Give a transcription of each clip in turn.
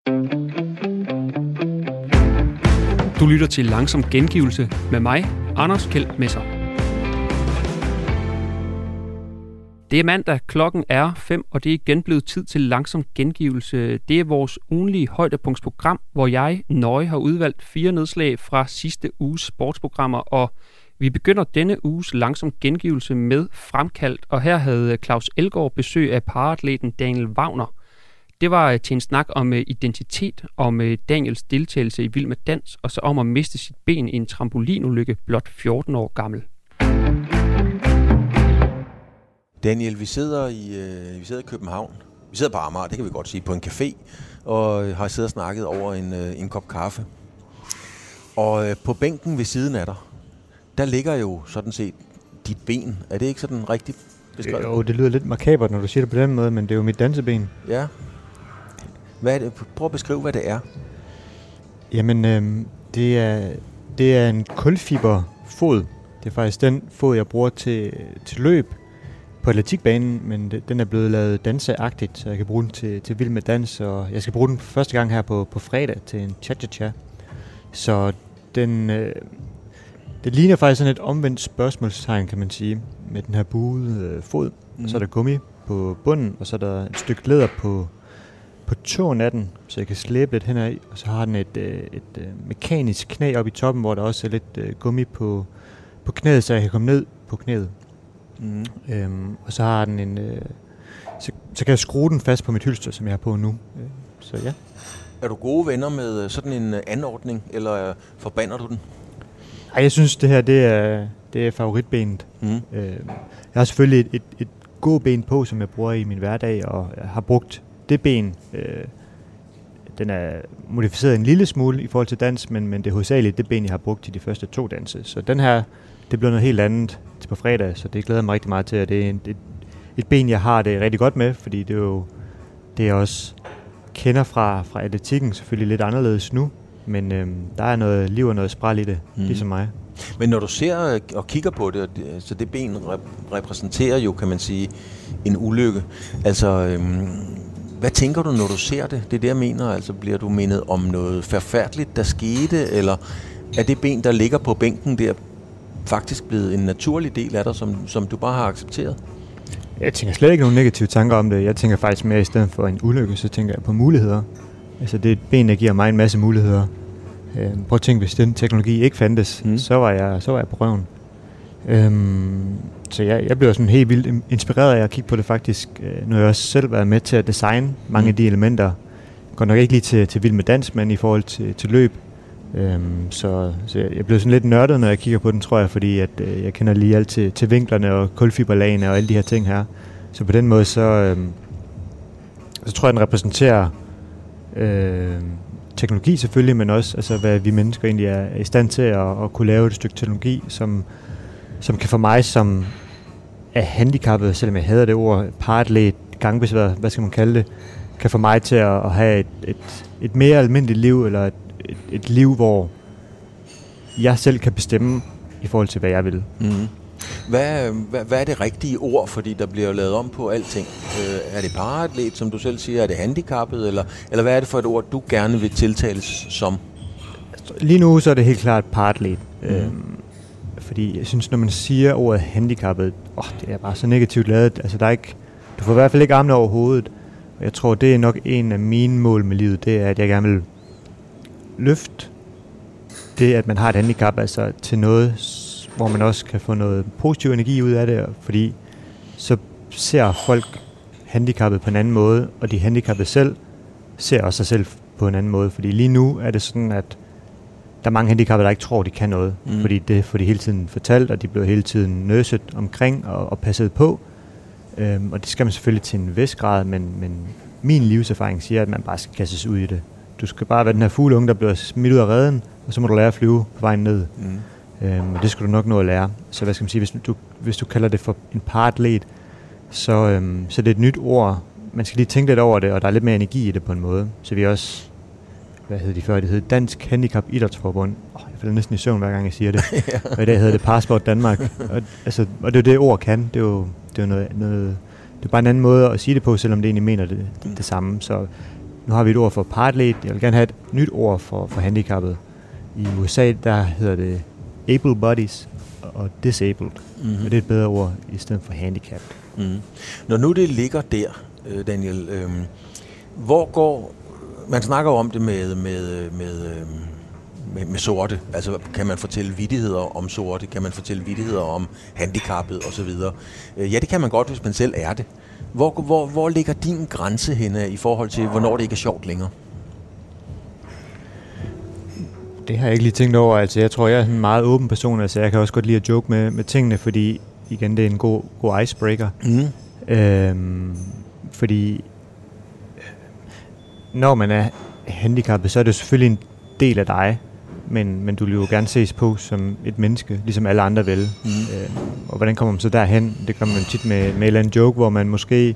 Du lytter til Langsom Gengivelse med mig, Anders Kjeld Messer. Det er mandag, klokken er 5, og det er igen blevet tid til Langsom Gengivelse. Det er vores ugenlige højdepunktsprogram, hvor jeg nøje har udvalgt 4 nedslag fra sidste uges sportsprogrammer, og vi begynder denne uges Langsom Gengivelse med Fremkaldt, og her havde Claus Elgaard besøg af paraatleten Daniel Wagner. Det var til en snak om identitet, om Daniels deltagelse i Vild med Dans, og så om at miste sit ben i en trampolinulykke blot 14 år gammel. Daniel, vi sidder i København. Vi sidder på Amager, det kan vi godt sige, på en café, og har siddet og snakket over en kop kaffe. Og på bænken ved siden af dig, der ligger jo sådan set dit ben. Er det ikke sådan rigtigt beskrevet? Jo, det lyder lidt makabert, når du siger det på den måde, men det er jo mit danseben. Ja. Hvad er det? Prøv at beskrive, hvad det er. Jamen, det er en kulfiberfod. Det er faktisk den fod, jeg bruger til løb på atletikbanen, men den er blevet lavet danseagtigt, så jeg kan bruge den til Vild med Dans, og jeg skal bruge den første gang her på fredag til en cha-cha-cha. Så det ligner faktisk sådan et omvendt spørgsmålstegn, kan man sige, med den her buede fod. Så er der gummi på bunden, og så er der et stykke læder på tåen af den, så jeg kan slæbe lidt henad, og så har den et mekanisk knæ op i toppen, hvor der også er lidt gummi på knæet, så jeg kan komme ned på knæet. Og så har den så kan jeg skrue den fast på mit hylster, som jeg har på nu. Så ja. Er du gode venner med sådan en anordning, eller forbander du den? Ej, jeg synes, det her det er favoritbenet. Jeg har selvfølgelig et gåben på, som jeg bruger i min hverdag, og jeg har brugt det ben. Den er modificeret en lille smule i forhold til dans, men det er hovedsageligt det ben, jeg har brugt til de første 2 danse. Så den her, det bliver noget helt andet til på fredag, så det glæder mig rigtig meget til, at det er et ben, jeg har det rigtig godt med, fordi det er jo det, jeg også kender fra atletikken, selvfølgelig lidt anderledes nu, men der er noget liv og noget spræl i det, ligesom mig. Men når du ser og kigger på det, så det ben repræsenterer jo, kan man sige, en ulykke. Altså, hvad tænker du, når du ser det? Det er det, jeg mener. Altså, bliver du mindet om noget forfærdeligt, der skete, eller er det ben, der ligger på bænken der, faktisk blevet en naturlig del af dig, som du bare har accepteret? Jeg tænker slet ikke nogen negative tanker om det. Jeg tænker faktisk mere, i stedet for en ulykke, så tænker jeg på muligheder. Altså, det er et ben, der giver mig en masse muligheder. Prøv at tænke, hvis den teknologi ikke fandtes, så var jeg på røven. Så jeg bliver sådan helt vildt inspireret af at kigge på det faktisk. Nu har jeg også selv været med til at designe mange af de elementer. Går nok ikke lige til Vild med Dans, men i forhold til løb. Så jeg bliver sådan lidt nørdet, når jeg kigger på den, tror jeg, fordi at jeg kender lige alt til vinklerne og kulfiberlagene og alle de her ting her. Så på den måde, så tror jeg, den repræsenterer teknologi selvfølgelig, men også altså, hvad vi mennesker egentlig er i stand til at kunne lave et stykke teknologi, som kan få mig, som er handicappet, selvom jeg hader det ord, paraatlet, gangbesværet, hvad skal man kalde det, kan få mig til at have et mere almindeligt liv, eller et liv, hvor jeg selv kan bestemme i forhold til, hvad jeg vil. Hvad er det rigtige ord, fordi der bliver lavet om på alting? Er det paraatlet, som du selv siger? Er det handicappet? Eller hvad er det for et ord, du gerne vil tiltales som? Lige nu så er det helt klart paraatlet. Fordi jeg synes, når man siger ordet handicappet, det er bare så negativt lavet. Altså, du får i hvert fald ikke armene over hovedet. Og jeg tror, det er nok en af mine mål med livet, det er, at jeg gerne vil løfte det, at man har et handicap, altså til noget, hvor man også kan få noget positiv energi ud af det, fordi så ser folk handicappet på en anden måde, og de handicappede selv ser også sig selv på en anden måde, fordi lige nu er det sådan, at der er mange handicappede, der ikke tror, de kan noget, fordi det får de hele tiden fortalt, og de bliver hele tiden nøset omkring og passet på, og det skal man selvfølgelig til en vis grad, men min livserfaring siger, at man bare skal kastes ud i det. Du skal bare være den her fugleunge, der bliver smidt ud af reden, og så må du lære at flyve på vejen ned. Og det skal du nok nå at lære. Så hvad skal man sige, hvis du kalder det for en paraatlet, så det er et nyt ord. Man skal lige tænke lidt over det, og der er lidt mere energi i det på en måde. Så vi også, hvad hed de før? Det hed Dansk Handicap Idrætsforbund. Jeg falder næsten i søvn, hver gang jeg siger det. Og i dag hedder det Parasport Danmark. Og det er det ord kan. Det er jo noget, det er bare en anden måde at sige det på, selvom det egentlig mener det samme. Så nu har vi et ord for partlet. Jeg vil gerne have et nyt ord for handicappet. I USA, der hedder det able bodies og disabled. Mm-hmm. Og det er et bedre ord i stedet for handicap. Mm. Når nu det ligger der, Daniel, hvor går... Man snakker jo om det med sorte. Altså, kan man fortælle vittigheder om sorte? Kan man fortælle vittigheder om handicappet osv.? Ja, det kan man godt, hvis man selv er det. Hvor ligger din grænse henne i forhold til, hvornår det ikke er sjovt længere? Det har jeg ikke lige tænkt over. Altså, jeg tror, jeg er en meget åben person. Altså, jeg kan også godt lide at joke med tingene, fordi igen, det er en god icebreaker. Mm. Fordi når man er handicappet, så er det selvfølgelig en del af dig, men du vil jo gerne ses på som et menneske, ligesom alle andre vil. Mm. Og hvordan kommer man så derhen? Det gør man tit med en eller anden joke, hvor man måske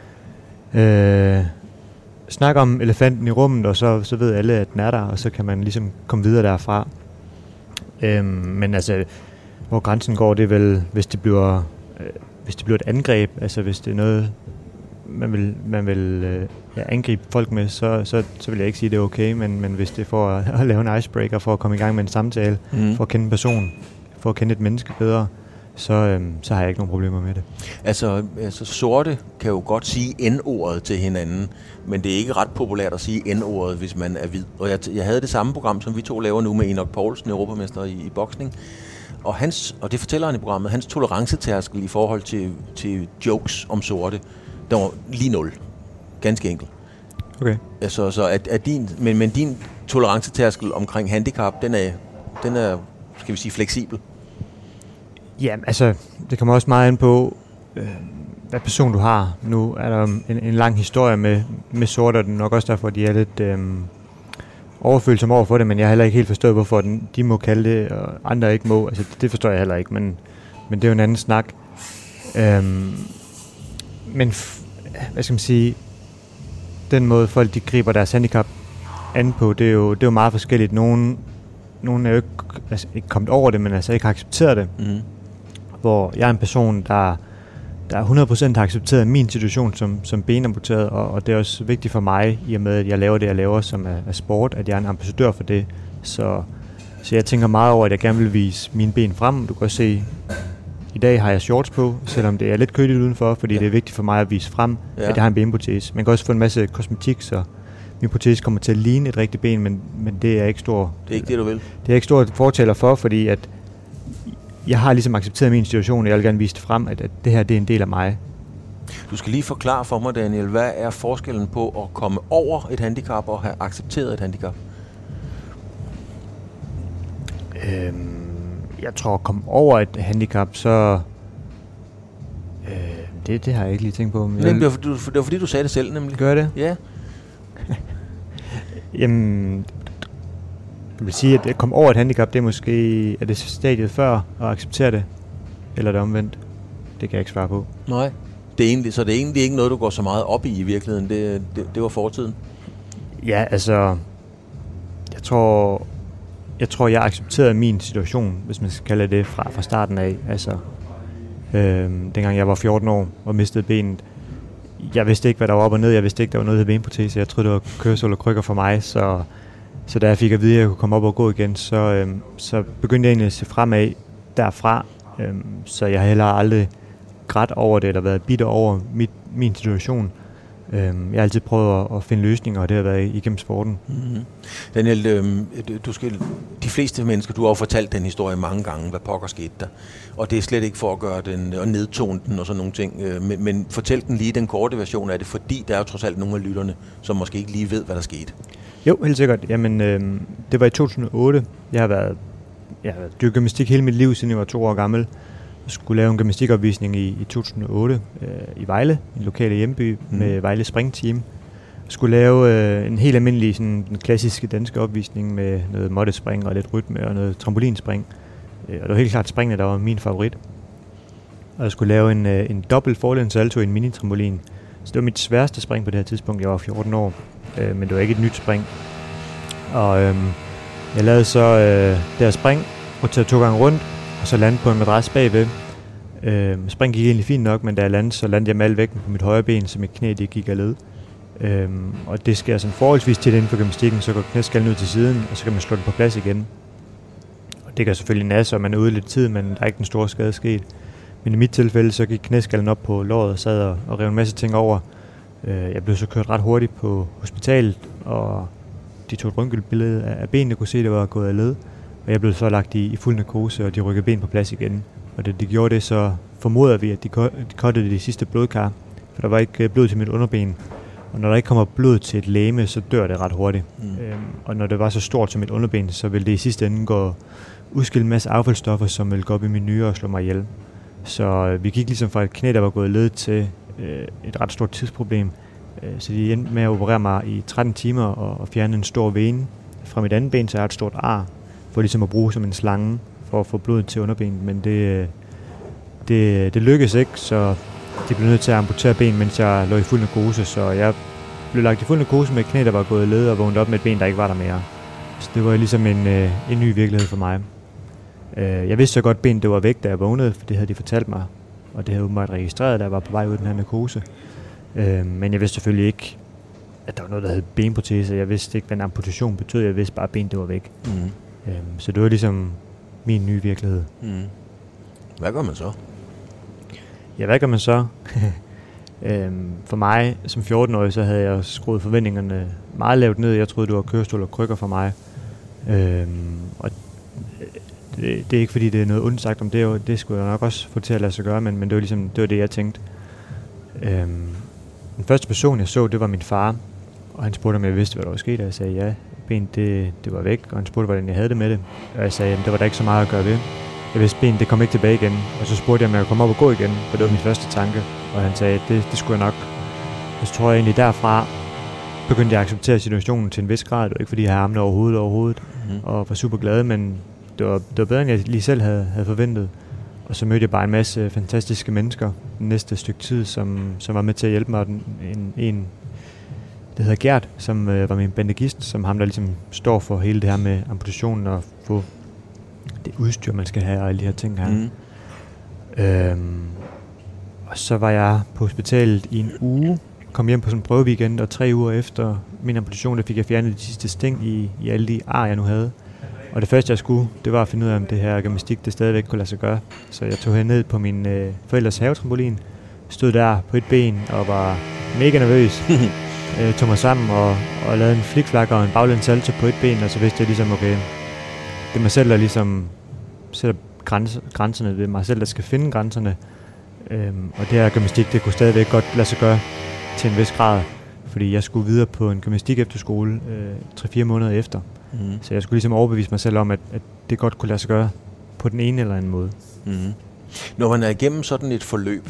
snakker om elefanten i rummet, og så ved alle, at den er der, og så kan man ligesom komme videre derfra. Men altså, hvor grænsen går, det er vel, hvis det bliver et angreb, altså hvis det er noget, man vil angribe folk med, så vil jeg ikke sige, at det er okay, men hvis det er for at lave en icebreaker, for at komme i gang med en samtale, for at kende en person, for at kende et menneske bedre, så har jeg ikke nogen problemer med det. Altså sorte kan jo godt sige N-ordet til hinanden, men det er ikke ret populært at sige N-ordet, hvis man er hvid. Og jeg havde det samme program, som vi to laver nu med Enoch Poulsen, europamester i boksning, og det fortæller han i programmet, hans tolerancetærskel i forhold til jokes om sorte, der var lige 0. Ganske enkelt. Okay. Altså, så at men din tolerancetærskel omkring handicap, den er, skal vi sige, fleksibel? Ja, altså, det kommer også meget an på, hvad person du har. Nu er der en lang historie med sorte, og det er nok også derfor, de er lidt overfølsomme over for det, men jeg har heller ikke helt forstået, hvorfor de må kalde det, og andre ikke må. Altså, det forstår jeg heller ikke, men det er jo en anden snak. Men hvad skal man sige, den måde folk de griber deres handicap an på, det er jo meget forskelligt. Nogle er jo ikke kommet over det, men altså ikke har accepteret det. Mm. Hvor jeg er en person, der 100% har accepteret min situation som benamputeret, og det er også vigtigt for mig, i og med at jeg laver det, jeg laver, som er sport, at jeg er en ambassadør for det. Så jeg tænker meget over, at jeg gerne vil vise mine ben frem. Du kan også se, i dag har jeg shorts på, selvom det er lidt køligt udenfor, fordi det er vigtigt for mig at vise frem, at jeg har en benprotese. Man kan også få en masse kosmetik, så min protese kommer til at ligne et rigtigt ben, men det er ikke stor... Det er ikke det, du vil? Det er ikke stor fortæller for, fordi at jeg har ligesom accepteret min situation, og jeg vil gerne vise det frem, at det her det er en del af mig. Du skal lige forklare for mig, Daniel, hvad er forskellen på at komme over et handicap og have accepteret et handicap? Jeg tror, at komme over et handicap, så... Det har jeg ikke lige tænkt på. Men det var fordi, du sagde det selv, nemlig. Gør det? Ja. Jamen, jeg vil sige, at komme over et handicap, det er måske... Er det stadiet før at acceptere det? Eller er det omvendt? Det kan jeg ikke svare på. Nej. Det er egentlig ikke noget, du går så meget op i virkeligheden. Det var fortiden. Ja, altså... Jeg tror, jeg accepterede min situation, hvis man skal kalde det, fra starten af. Altså, dengang jeg var 14 år og mistede benet. Jeg vidste ikke, hvad der var op og ned. Jeg vidste ikke, der var noget, der hed benprotese. Jeg troede, det var kørsel og krykker for mig. Så da jeg fik at vide, at jeg kunne komme op og gå igen, så begyndte jeg egentlig at se fremad derfra. Så jeg har heller aldrig grædt over det, eller været bitter over min situation. Jeg har altid prøvet at finde løsninger, og det har været igennem sporten. Mm-hmm. Daniel, de fleste mennesker, du har jo fortalt den historie mange gange, hvad pokker skete der. Og det er slet ikke for at gøre den og nedtone den og sådan nogle ting. Men fortæl den lige den korte version af det, fordi der er jo trods alt nogle af lytterne, som måske ikke lige ved, hvad der skete. Jo, helt sikkert. Jamen, det var i 2008. Jeg har været dyrket gymnastik hele mit liv, siden jeg var 2 år gammel. Jeg skulle lave en gymnastikopvisning i 2008 i Vejle, en lokale hjemby, med Vejle Springteam. Jeg skulle lave en helt almindelig, sådan, den klassiske danske opvisning med noget måttespring og lidt rytme og noget trampolinspring. Og det var helt klart springene, der var min favorit. Og jeg skulle lave en dobbelt forlæns salto i en mini-trampolin. Så det var mit sværeste spring på det her tidspunkt. Jeg var 14 år, men det var ikke et nyt spring. Og jeg lavede så der spring, roterede 2 gange rundt, og så landede på en madras bagved. Spring gik egentlig fint nok, men da jeg landede, så landede jeg med al vægten på mit højre ben, så mit knæ det gik af led. Og det sker sådan forholdsvis tit inden for gymnastikken, så går knæskallen ud til siden, og så kan man slå den på plads igen. Og det kan selvfølgelig nasse, og man er ude lidt tid, men der er ikke den store skade sket. Men i mit tilfælde, så gik knæskallen op på låret og sad og rev en masse ting over. Jeg blev så kørt ret hurtigt på hospitalet, og de tog et røntgenbillede af benene, kunne se, at det var gået af led. Og jeg blev så lagt i fuld narkose, og de rykkede ben på plads igen. Og da de gjorde det, så formoder vi, at de cuttede de sidste blodkar, for der var ikke blod til mit underben. Og når der ikke kommer blod til et legeme, så dør det ret hurtigt. Og når det var så stort som et underben, så ville det i sidste ende udskille en masse affaldsstoffer, som ville gå op i mine nyrer og slå mig ihjel. Så vi gik ligesom fra et knæ, der var gået led, til et ret stort tidsproblem. Så de endte med at operere mig i 13 timer og fjerne en stor vene fra mit andet ben, så jeg har et stort ar, for ligesom at bruge som en slange for at få blodet til underbenet. Men det lykkedes ikke, så de blev nødt til at amputere ben, mens jeg lå i fuld narkose. Så jeg blev lagt i fuld narkose med et knæ, der var gået led, og vågnede op med et ben, der ikke var der mere. Så det var ligesom en ny virkelighed for mig. Jeg vidste så godt, at benet det var væk, da jeg vågnede, for det havde de fortalt mig. Og det havde åbenbart registreret, da jeg var på vej ud af den her narkose. Men jeg vidste selvfølgelig ikke, at der var noget, der hed benprotese. Jeg vidste ikke, hvad en amputation betød. Jeg vidste bare, at benet det var væk. Så det var ligesom min nye virkelighed. Hvad gør man så? Ja, hvad gør man så? For mig som 14-årig, så havde jeg skruet forventningerne meget lavt ned. Jeg troede, det var kørestol og krykker for mig. Og det er ikke fordi, det er noget ondt sagt om det. Det skulle jeg nok også få til at lade sig gøre, men det var det, jeg tænkte. Den første person, jeg så, det var min far. Og han spurgte, om jeg vidste, hvad der var sket. Og jeg sagde, ja, benet det var væk. Og han spurgte, hvordan jeg havde det med det. Og jeg sagde, det var der ikke så meget at gøre ved. Jeg vidste, benet det kom ikke tilbage igen. Og så spurgte jeg, om jeg kunne komme op og gå igen. For det var min første tanke. Og han sagde, det skulle jeg nok. Og så tror jeg egentlig derfra, begyndte jeg at acceptere situationen til en vis grad. Det var ikke fordi, jeg havde armene over hovedet. Og var super glad, men det var bedre, end jeg lige selv havde forventet. Og så mødte jeg bare en masse fantastiske mennesker den næste stykke tid, som var med til at hjælpe mig. En det hedder Gert, som var min bandagist, som ham, der ligesom står for hele det her med amputationen og få det udstyr, man skal have og alle de her ting her. Og så var jeg på hospitalet i en uge, kom hjem på sådan en prøveweekend, og 3 uger efter min amputation, der fik jeg fjernet de sidste sting i alle de ar, jeg nu havde. Og det første, jeg skulle, det var at finde ud af, om det her gymnastik, det stadigvæk kunne lade sig gøre. Så jeg tog ned på min forældres havetrampolin, stod der på et ben og var mega nervøs. Tog mig sammen og lavede en flikflak og en baglæns salto på et ben, og så vidste jeg ligesom, okay, det er mig selv, der ligesom sætter grænserne. Det er mig selv, der skal finde grænserne. Og det her gymnastik, det kunne stadigvæk godt lade sig gøre til en vis grad, fordi jeg skulle videre på en gymnastik efterskole 3-4 måneder efter. Så jeg skulle ligesom overbevise mig selv om, at det godt kunne lade sig gøre på den ene eller anden måde. Når man er igennem sådan et forløb,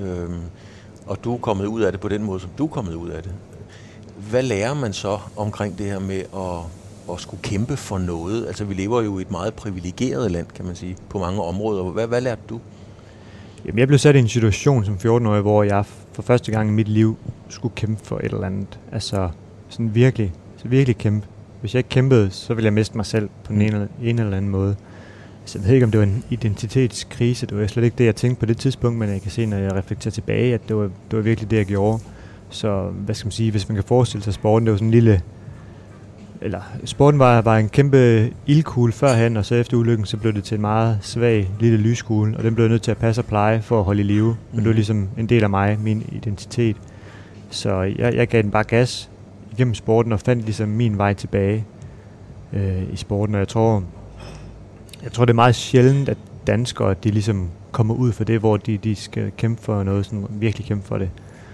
og du er kommet ud af det på den måde, som du er kommet ud af det, hvad lærer man så omkring det her med at skulle kæmpe for noget? Altså, vi lever jo i et meget privilegeret land, kan man sige, på mange områder. Hvad lærte du? Jamen, jeg blev sat i en situation som 14-årig, hvor jeg for første gang i mit liv skulle kæmpe for et eller andet. Altså, sådan virkelig kæmpe. Hvis jeg ikke kæmpede, så ville jeg miste mig selv på en eller anden måde. Så jeg ved ikke, om det var en identitetskrise. Det var slet ikke det, jeg tænkte på det tidspunkt, men jeg kan se, når jeg reflekterer tilbage, at det var virkelig det, jeg gjorde. Så hvad skal man sige, hvis man kan forestille sig sporten, det var sådan en lille... Eller sporten var en kæmpe ildkugle førhen, og så efter ulykken, så blev det til en meget svag lille lyskugle, og den blev nødt til at passe og pleje for at holde i live. Men det var ligesom en del af mig, min identitet. Så jeg gav den bare gas igennem sporten og fandt ligesom min vej tilbage i sporten. Og jeg tror, det er meget sjældent, at danskere, de ligesom kommer ud for det, hvor de skal kæmpe for noget, sådan virkelig kæmpe for det.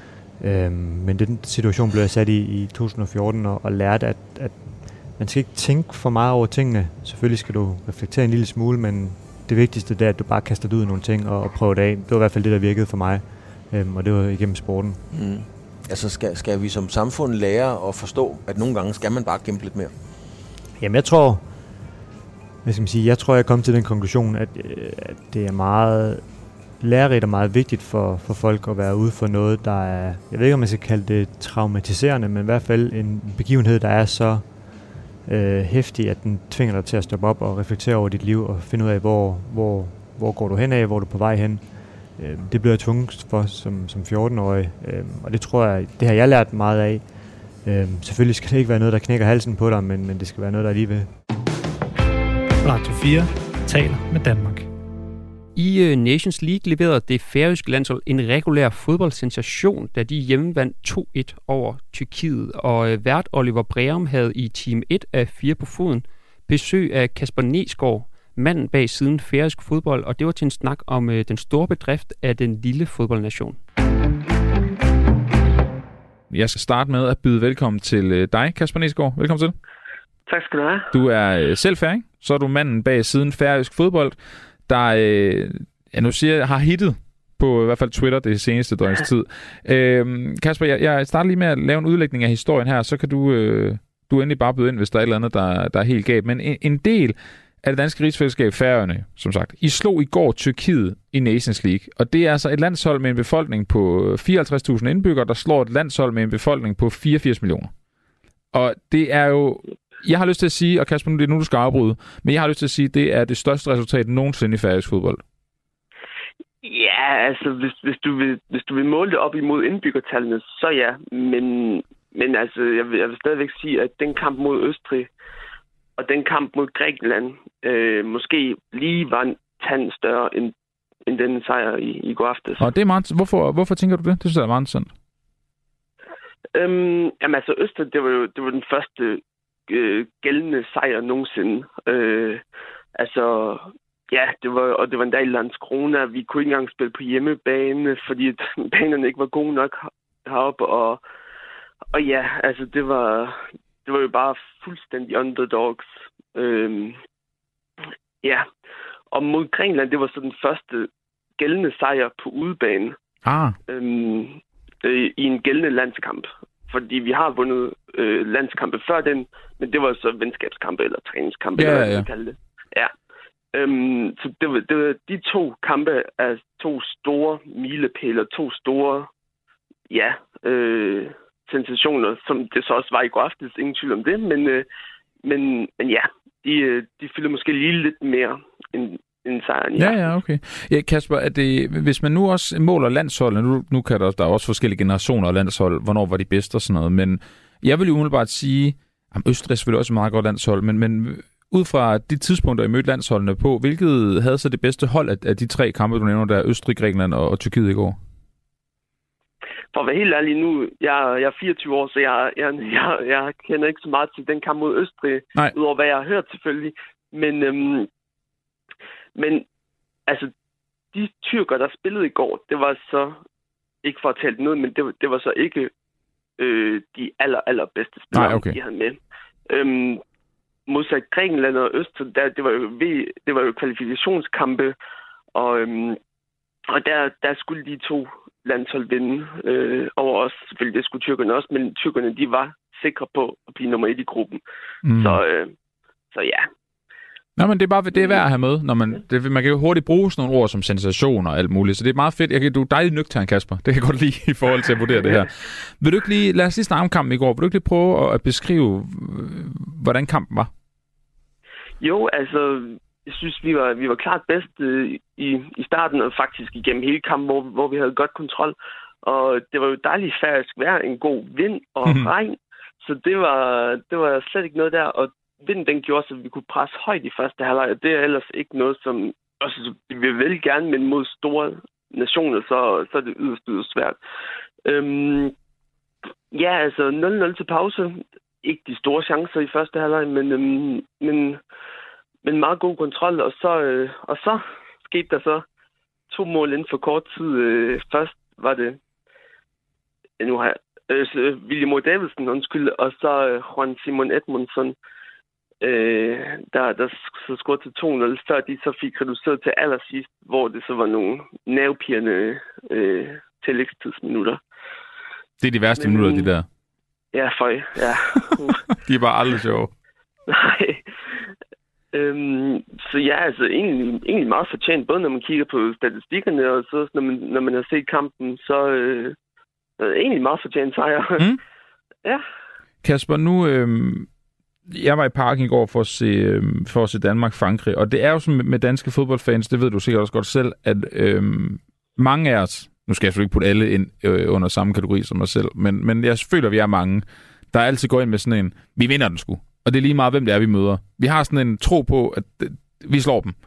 Men den situation blev jeg sat i 2014 og lærte, at man skal ikke tænke for meget over tingene. Selvfølgelig skal du reflektere en lille smule, men det vigtigste det er, at du bare kaster det ud af nogle ting og prøver det af. Det var i hvert fald det, der virkede for mig, og det var igennem sporten. Altså skal vi som samfund lære at forstå, at nogle gange skal man bare kæmpe lidt mere? Jamen jeg tror, jeg kom til den konklusion, at det er meget lærerigt og meget vigtigt for folk at være ude for noget, der er, jeg ved ikke, om man skal kalde det traumatiserende, men i hvert fald en begivenhed, der er så heftig, at den tvinger dig til at stoppe op og reflektere over dit liv og finde ud af, hvor går du hen af, hvor er du på vej hen. Det blev jeg tvunget for som 14-årig, og det tror jeg, det har jeg lært meget af. Selvfølgelig skal det ikke være noget, der knækker halsen på dig, men det skal være noget, der er lige ved. Radio 4 taler med Danmark. I Nations League leverede det færøske landshold en regulær fodboldsensation, da de hjemmevandt 2-1 over Tyrkiet. Og vært Oliver Breum havde i Team 1 af 4 på foden besøg af Kasper Nesgaard, manden bag siden færøsk fodbold, og det var til en snak om den store bedrift af den lille fodboldnation. Jeg skal starte med at byde velkommen til dig, Kasper Nesgaard. Velkommen til. Tak skal du have. Du er selv færing, så er du manden bag siden færøsk fodbold, der har hittet på i hvert fald Twitter det seneste døgns tid. Kasper, jeg starter lige med at lave en udlægning af historien her, så kan du endelig bare byde ind, hvis der er et eller andet, der er helt galt. Men en del af det danske rigsfællesskab, Færøerne, som sagt, I slog i går Tyrkiet i Nations League. Og det er altså et landshold med en befolkning på 54.000 indbyggere, der slår et landshold med en befolkning på 84 millioner. Og det er jo... Jeg har lyst til at sige, og Kasper, det er nu, du skal afbryde, men jeg har lyst til at sige, at det er det største resultat nogensinde i færøsk fodbold. Ja, altså, hvis du vil måle det op imod indbyggertallene, så ja. Men altså, jeg vil stadigvæk sige, at den kamp mod Østrig og den kamp mod Grækenland måske lige var en tand større end den sejr i går aftes. Og det er meget... Hvorfor tænker du det? Det synes jeg er meget interessant. Jamen altså, Østrig, det var den første gældende sejr nogensinde. Altså, ja, det var en dag i Landskrona. Vi kunne ikke engang spille på hjemmebane, fordi banerne ikke var gode nok heroppe. Og ja, altså, det var jo bare fuldstændig underdogs. Ja, og mod Grækenland, det var så den første gældende sejr på udebane. I en gældende landskamp. Fordi vi har vundet landskampe før den, men det var så venskabskampe eller træningskampe, eller hvad man kalder det. Ja. Så det var de 2 kampe af 2 store milepæle, 2 store sensationer, som det så også var i går aftes, ingen tvivl om det, men ja, de fylder måske lige lidt mere end sejren. Ja, okay. Ja, Kasper, er det, hvis man nu også måler landsholdene, nu kan der er også forskellige generationer af landshold, hvornår var de bedste og sådan noget, men jeg vil jo umiddelbart sige, at Østrig er selvfølgelig også et meget godt landshold, men ud fra de tidspunkter, I mødte landsholdene på, hvilket havde så det bedste hold af de 3 kampe, du nævner, der er Østrig, Grækenland og Tyrkiet i går? For at være helt ærlig nu, jeg er 24 år, så jeg kender ikke så meget til den kamp mod Østrig, udover hvad jeg har hørt selvfølgelig, men altså, de tyrker, der spillede i går, det var så, ikke for at tale noget, men det var så ikke de allerbedste spillere, de havde med. Modsat Grækenland og Østrig, det var jo kvalifikationskampe, og der skulle de 2 landshold vinde over os. Selvfølgelig, det skulle tyrkerne også, men tyrkerne, de var sikre på at blive nummer 1 i gruppen. Så ja. Nå, men det er værd at have med, når man kan jo hurtigt bruge sådan nogle ord som sensation og alt muligt, så det er meget fedt. Du er dejligt nøgtern, Kasper. Det kan jeg godt lide i forhold til at vurdere det her. Vil du ikke lige, lad os lige snakke om kampen i går. Vil du ikke lige prøve at beskrive, hvordan kampen var? Jo, altså, jeg synes, vi var klart bedst i starten, og faktisk igennem hele kampen, hvor vi havde godt kontrol. Og det var jo dejligt færøsk vejr, en god vind og regn, så det var slet ikke noget der, og vinden, den gjorde, så vi kunne presse højt i første halvleg, og det er ellers ikke noget, som... Altså, vi vil vel gerne, men mod store nationer, så er det yderst svært. Ja, altså 0-0 til pause. Ikke de store chancer i første halvleg, men meget god kontrol, og så skete der så 2 mål inden for kort tid. Først var det... Nu har jeg... William Davidsen, og så Juan Simon Edmundsson, der så scorede til 2-0, før de så fik reduceret til allersidst, hvor det så var nogle nervepirrende tillægstidsminutter. Det er de værste minutter, de der. Ja, ja. De er bare aldrig sjove. Nej. Så ja, altså egentlig meget fortjent, både når man kigger på statistikkerne, og så når man har set kampen, så egentlig meget fortjent sejr. Ja. Kasper, nu... Jeg var i parken i går for at se Danmark-Frankrig, og det er jo sådan med danske fodboldfans, det ved du sikkert også godt selv, at mange af os, nu skal jeg selvfølgelig ikke putte alle ind under samme kategori som mig selv, men jeg føler, at vi er mange, der altid går ind med sådan en, vi vinder den sgu. Og det er lige meget, hvem det er, vi møder. Vi har sådan en tro på, at vi slår dem.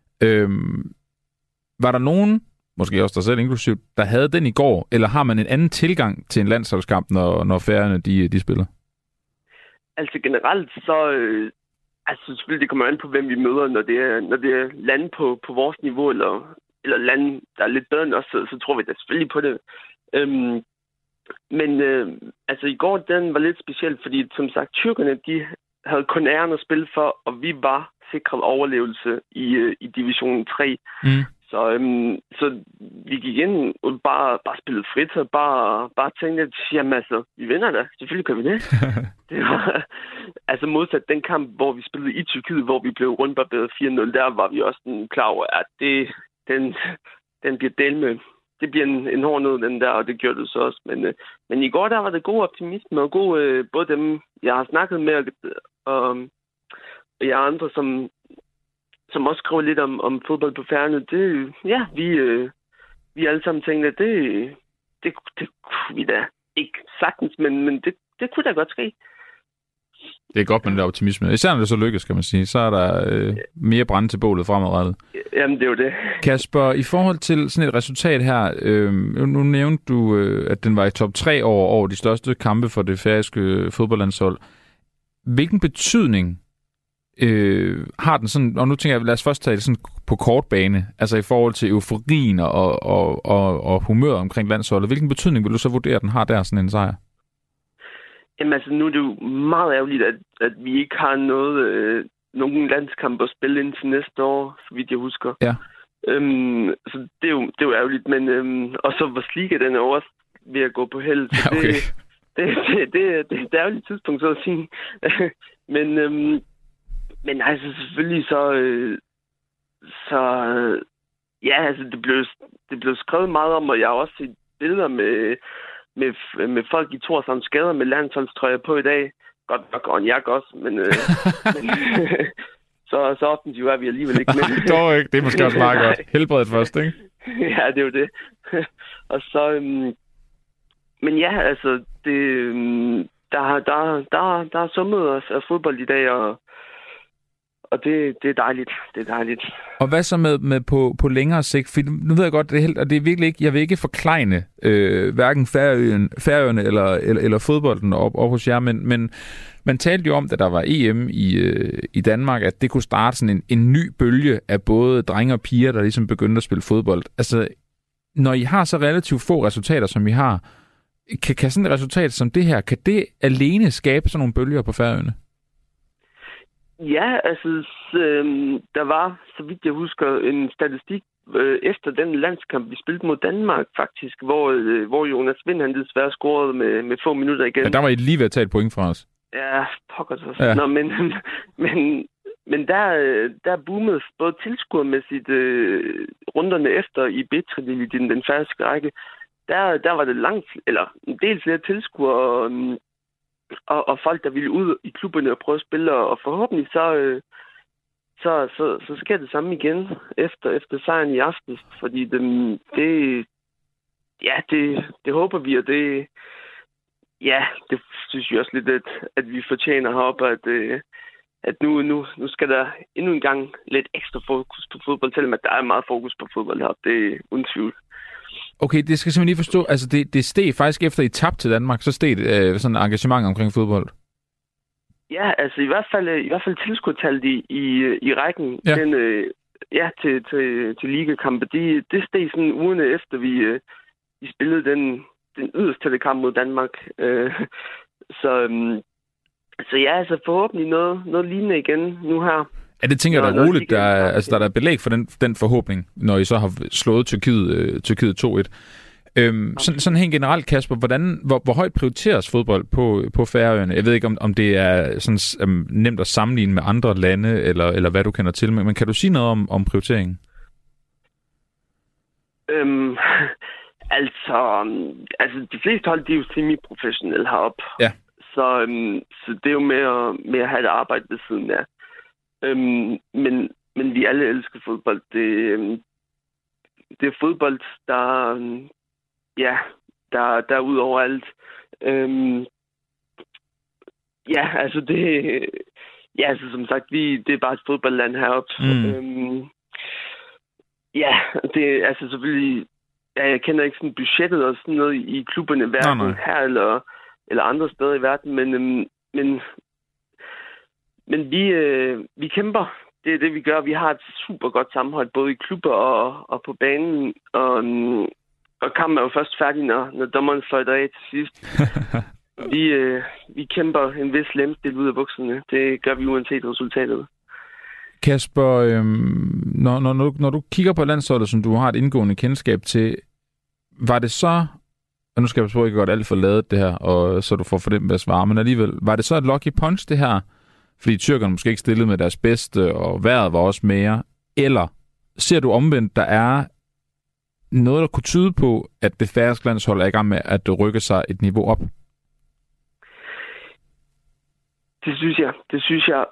Var der nogen, måske også dig selv inklusivt, der havde den i går, eller har man en anden tilgang til en landsholdskamp, når Færøerne de spiller? Altså generelt, så altså selvfølgelig det kommer an på, hvem vi møder, når det er lande på vores niveau, eller lande, der er lidt bedre end os, så tror vi da selvfølgelig på det. Men altså i går, den var lidt speciel, fordi som sagt, tyrkerne, de havde kun æren at spille for, og vi var sikret overlevelse i division 3. Så vi gik ind og bare spillede frit, og bare tænkte, at jamen altså, vi vinder da. Selvfølgelig kan vi det. Det var altså modsat den kamp, hvor vi spillede i Tyrkiet, hvor vi blev rundbarberet 4-0. Der var vi også klar over, at den bliver delt med. Det bliver en hård nød, den der, og det gjorde det så også. Men i går, der var det god optimisme, og god både dem, jeg har snakket med, og jeg andre, som også skriver lidt om fodbold på Færøerne. Det, ja, vi alle sammen tænkte, at det kunne vi da ikke sagtens, men det kunne da godt ske. Det er godt med den der optimisme. Især når det så lykkes, kan man sige. Så er der mere brænde til bålet fremadrettet. Jamen, det er jo det. Kasper, i forhold til sådan et resultat her, nu nævnte du, at den var i top 3 over de største kampe for det færøske fodboldlandshold. Hvilken betydning har den sådan, og nu tænker jeg, lad os først tage det sådan på kort bane, altså i forhold til euforien og humøret omkring landsholdet. Hvilken betydning vil du så vurdere, den har der, sådan en sejr? Jamen altså, nu er det jo meget ærgerligt, at vi ikke har nogen landskamp at spille ind til næste år, så vidt jeg husker. Ja. Så det er jo ærgerligt, men og så vores liga, den er også ved at gå på held. Så okay. Det er et ærgerligt tidspunkt, så at sige. Men altså selvfølgelig så ja, altså det blev skrevet meget om, og jeg har også set billeder med folk i Thorshavns gader med landsholdstrøjer på i dag. Godt nok, og en jakke også, men så offensivt er vi alligevel ikke med. Dog ikke, det er måske også meget godt. Helbredet først, ikke? Ja, det er jo det. Og så, men ja, altså, der er summet os af fodbold i dag, og det er dejligt. Det er dejligt. Og hvad så med på længere sigt? For nu ved jeg godt, og det er virkelig ikke, jeg vil ikke forklejne hverken Færøerne eller fodbolden op hos jer, men man talte jo om, da der var EM i Danmark, at det kunne starte sådan en ny bølge af både drenge og piger, der ligesom begyndte at spille fodbold. Altså, når I har så relativt få resultater, som I har, kan sådan et resultat som det her, kan det alene skabe sådan nogle bølger på Færøerne? Ja, altså, der var, så vidt jeg husker, en statistik efter den landskamp, vi spillede mod Danmark faktisk, hvor Jonas Vind, han desværre scorede med få minutter igen. Ja, der var I lige ved at tage et point fra os. Ja, pokker så. Ja. Nå, men der boomede både tilskuermæssigt runderne efter i B-trillen, den færøske række. Der var det en del flere tilskuere og folk, der ville ud i klubberne og prøve at spille, og forhåbentlig så sker det samme igen efter sejren i aften, fordi det håber vi, og det synes jeg også lidt, at vi fortjener heroppe, at nu skal der endnu en gang lidt ekstra fokus på fodbold, selvom at der er meget fokus på fodbold heroppe, det er uden tvivl. Okay, det skal simpelthen lige forstå. Altså, det steg faktisk efter I tabte til Danmark, så steg sådan et engagement omkring fodbold. Ja, altså i hvert fald tilskuertallet i rækken, ja. Til ligakampe, det steg sådan ugerne efter vi spillede den yderste kamp mod Danmark. Så ja, altså forhåbentlig noget lignende igen nu her. Ja, det tænker jeg da roligt. Der er belæg for den forhåbning, når I så har slået Tyrkiet 2-1. Sådan helt generelt, Kasper, hvor højt prioriteres fodbold på Færøerne? Jeg ved ikke, om det er sådan, nemt at sammenligne med andre lande, eller hvad du kender til, men kan du sige noget om prioriteringen? Altså, de fleste hold, de er jo semi-professionelle heroppe. Ja. Så det er jo med at have et arbejde ved siden af. Men vi alle elsker fodbold. Det er fodbold, der er ud over alt. Ja, altså det... Ja, altså som sagt, det er bare et fodboldland heroppe. Ja, det er altså selvfølgelig... Ja, jeg kender ikke sådan budgettet og sådan noget i klubberne, hverken her eller andre steder i verden, men vi kæmper. Det er det, vi gør. Vi har et super godt sammenhold, både i klubber og på banen. Og kampen er jo først færdig, når dommeren fløjter af til sidst. Vi kæmper en vis lemstil ud af bukserne. Det gør vi uanset resultatet. Kasper, når du kigger på landsholdet, som du har et indgående kendskab til, var det så, og nu skal jeg prøve ikke godt alt for lavet det her, og så du får for dem at svare, men alligevel, var det så et lucky punch det her, fordi tyrkerne måske ikke stillede med deres bedste, og vejret var også mere, eller ser du omvendt, der er noget, der kunne tyde på, at det færøske landshold er i gang med at rykke sig et niveau op? Det synes jeg.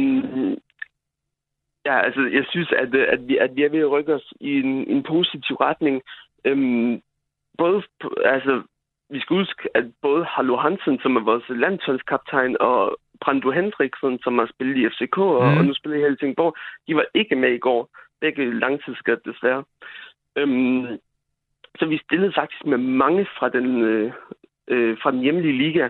Ja, altså, jeg synes, at vi er ved at rykke os i en positiv retning. Både, altså, vi skal huske, at både Hallo Hansen, som er vores landsholdskaptajn, og Brando Hendriksen, som har spillet i FCK og nu spiller i Helsingborg, de var ikke med i går. Begge langtidsskader, desværre. Så vi stillede faktisk med mange fra den hjemlige liga.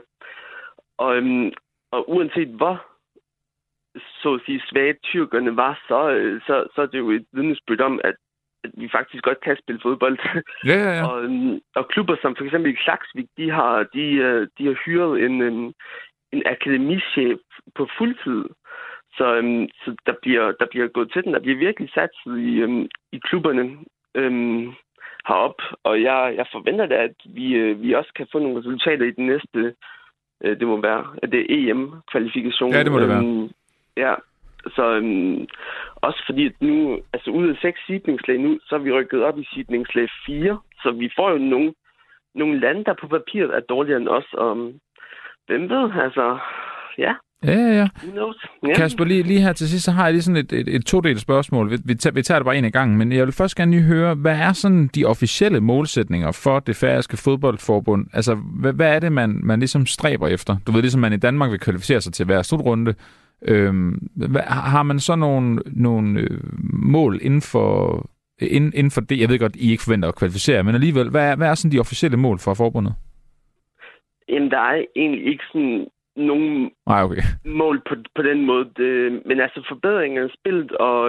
Og uanset hvor så at sige svage tyrkerne var, så er det jo et vidnesbyrd om, at vi faktisk godt kan spille fodbold. Ja. Og klubber som for eksempel i Klaksvik, de har hyret en akademichef på fuldtid. Så der bliver gået til den. Der bliver virkelig satset i klubberne herop. Og jeg forventer da, at vi også kan få nogle resultater i den næste. Det må være, at det er EM-kvalifikation. Ja, det må det være. Ja, så også fordi at nu, altså ud af 6 seedningslag nu, så er vi rykket op i seedningslag 4. Så vi får jo nogle lande, der på papiret er dårligere end os. Og hvem ved, altså, ja. Ja. Kasper, lige her til sidst, så har jeg lige sådan et todelt spørgsmål. Vi tager det bare en af gangen, men jeg vil først gerne lige høre, hvad er sådan de officielle målsætninger for det færøske fodboldforbund? Altså, hvad er det, man ligesom stræber efter? Du ved, ligesom man i Danmark vil kvalificere sig til hver slutrunde. Har man så nogle mål inden for det? Jeg ved godt, I ikke forventer at kvalificere, men alligevel, hvad er sådan de officielle mål for forbundet? Jamen, der er egentlig ikke sådan nogle mål på den måde. Men altså forbedringer af spillet, og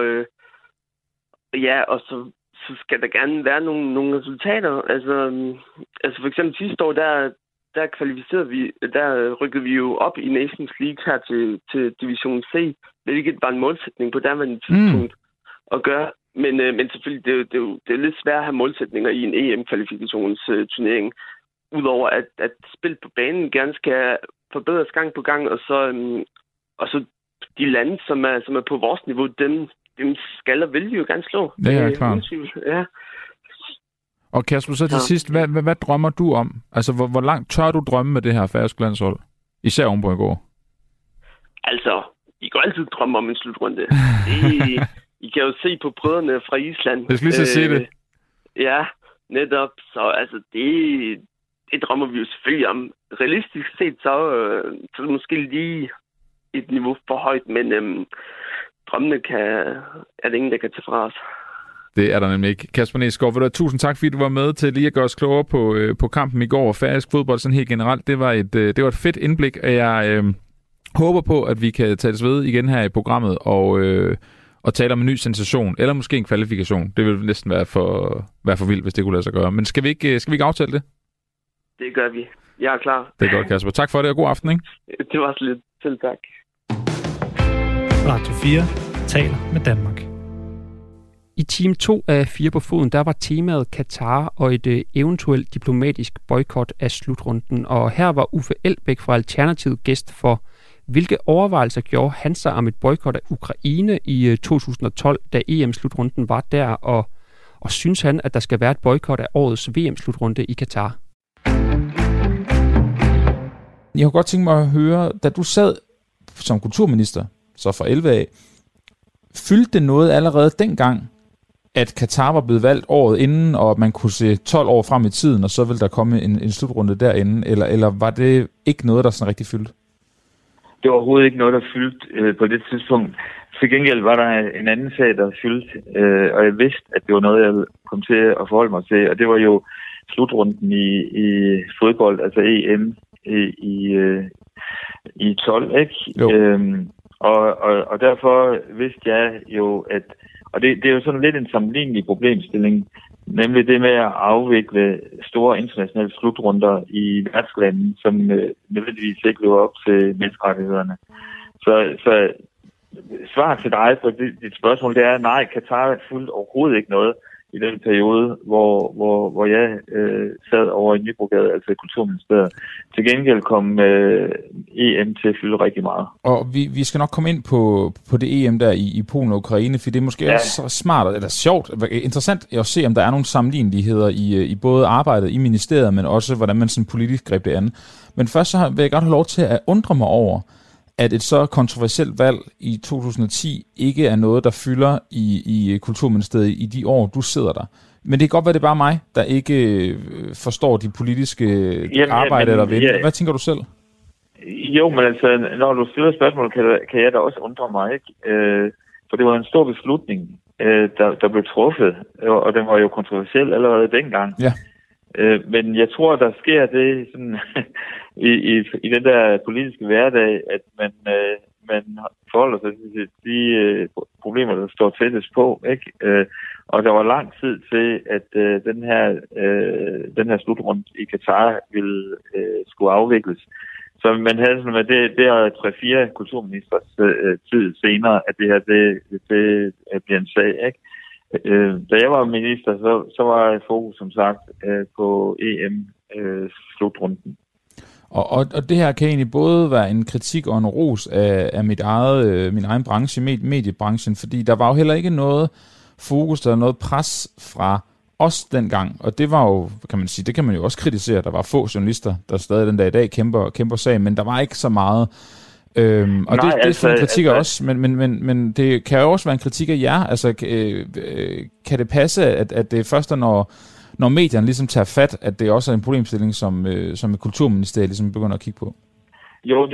så skal der gerne være nogle resultater. Altså for eksempel sidste år, der kvalificerede vi, der rykkede vi jo op i Nations League her til Division C, hvilket var en målsætning på derværende tidspunkt at gøre. Men selvfølgelig, det er lidt svært at have målsætninger i en EM-kvalifikationsturnering, udover at spil på banen gerne skal forbedres gang på gang, og så de lande, som er på vores niveau, dem skal og vil vi jo gerne slå. Det er klart. Ja. Og Kasper, så til sidst, hvad drømmer du om? Altså, hvor langt tør du drømme med det her færøske landshold? Især ovenpå i går. Altså, I kan altid drømme om en slutrunde. I kan jo se på brødrene fra Island. Jeg skal lige så sige det. Ja, netop. Så altså, det drømmer vi jo selvfølgelig om. Realistisk set, så er det måske lige et niveau for højt, men drømmene er det ingen, der kan tage fra os. Det er der nemlig ikke. Kasper Næsgaard, tusind tak, fordi du var med til lige at gøre os klogere på kampen i går og færøsk fodbold sådan helt generelt. Det var et fedt indblik, og jeg håber på, at vi kan tage det ved igen her i programmet og tale om en ny sensation, eller måske en kvalifikation. Det vil næsten være for vildt, hvis det kunne lade sig gøre. Men skal vi ikke aftale det? Det gør vi. Jeg er klar. Det er godt, Kasper. Tak for det, og god aften, ikke? Det var så lidt. Selv tak. Radio 4 taler med Danmark. I time 2 af 4 på foden, der var temaet Katar og et eventuelt diplomatisk boykot af slutrunden. Og her var Uffe Elbæk fra Alternativet gæst for, hvilke overvejelser gjorde han sig om et boykot af Ukraine i 2012, da EM-slutrunden var der, og synes han, at der skal være et boykot af årets VM-slutrunde i Katar? Jeg kunne godt tænke mig at høre, da du sad som kulturminister, så fra 11 af, fyldte det noget allerede dengang, at Katar var blevet valgt året inden, og man kunne se 12 år frem i tiden, og så ville der komme en slutrunde derinde, eller var det ikke noget, der sådan rigtig fyldte? det var overhovedet ikke noget, der fyldte på det tidspunkt. Til gengæld var der en anden sag, der fyldte, og jeg vidste, at det var noget, jeg kom til at forholde mig til, og det var jo slutrunden i fodbold, altså EM i 12, ikke? Og derfor vidste jeg jo, at... Og det er jo sådan lidt en sammenlignelig problemstilling, nemlig det med at afvikle store internationale slutrunder i værtslande, som nødvendigvis ikke lever op til menneskerettighederne. Så svaret til dig på dit spørgsmål, det er, nej, Katar fulgte overhovedet ikke noget i den periode, hvor jeg sad over i Nybrogade, altså i Kulturministeriet. Til gengæld kom EM til at fylde rigtig meget. Og vi skal nok komme ind på det EM der i Polen og Ukraine, for det er måske også smart, eller sjovt, interessant at se, om der er nogle sammenligneligheder i både arbejdet i ministeriet, men også hvordan man sådan politisk greb det an. Men først så vil jeg godt have lov til at undre mig over, at et så kontroversielt valg i 2010 ikke er noget, der fylder i Kulturministeriet i de år, du sidder der. Men det kan godt være, det er bare mig, der ikke forstår de politiske arbejde eller vinde. Hvad tænker du selv? Jo, men altså, når du stiller spørgsmål, kan jeg da også undre mig, ikke? For det var en stor beslutning, der blev truffet, og den var jo kontroversiel allerede dengang. Ja. Men jeg tror, der sker det sådan, i den der politiske hverdag, at man forholder sig til de problemer, der står tættest på, ikke? Og der var lang tid til, at den her slutrunde i Katar ville skulle afvikles. Så man havde sådan, at det er 3-4 kulturministers tid senere, at det her det bliver en sag, ikke? Da jeg var minister, så var fokus som sagt på EM-slutrunden. Og det her kan egentlig både være en kritik og en ros af min egen branche, mediebranchen, fordi der var jo heller ikke noget fokus, der var noget pres fra os dengang, og det var jo, kan man sige, det kan man jo også kritisere, der var få journalister, der stadig den dag i dag kæmper sagen, men der var ikke så meget. Og nej, det er sådan en kritik af os, men det kan jo også være en kritik af jer. Altså, kan det passe, at det er først, når medierne ligesom tager fat, at det også er en problemstilling, som Kulturministeriet ligesom begynder at kigge på? Jo,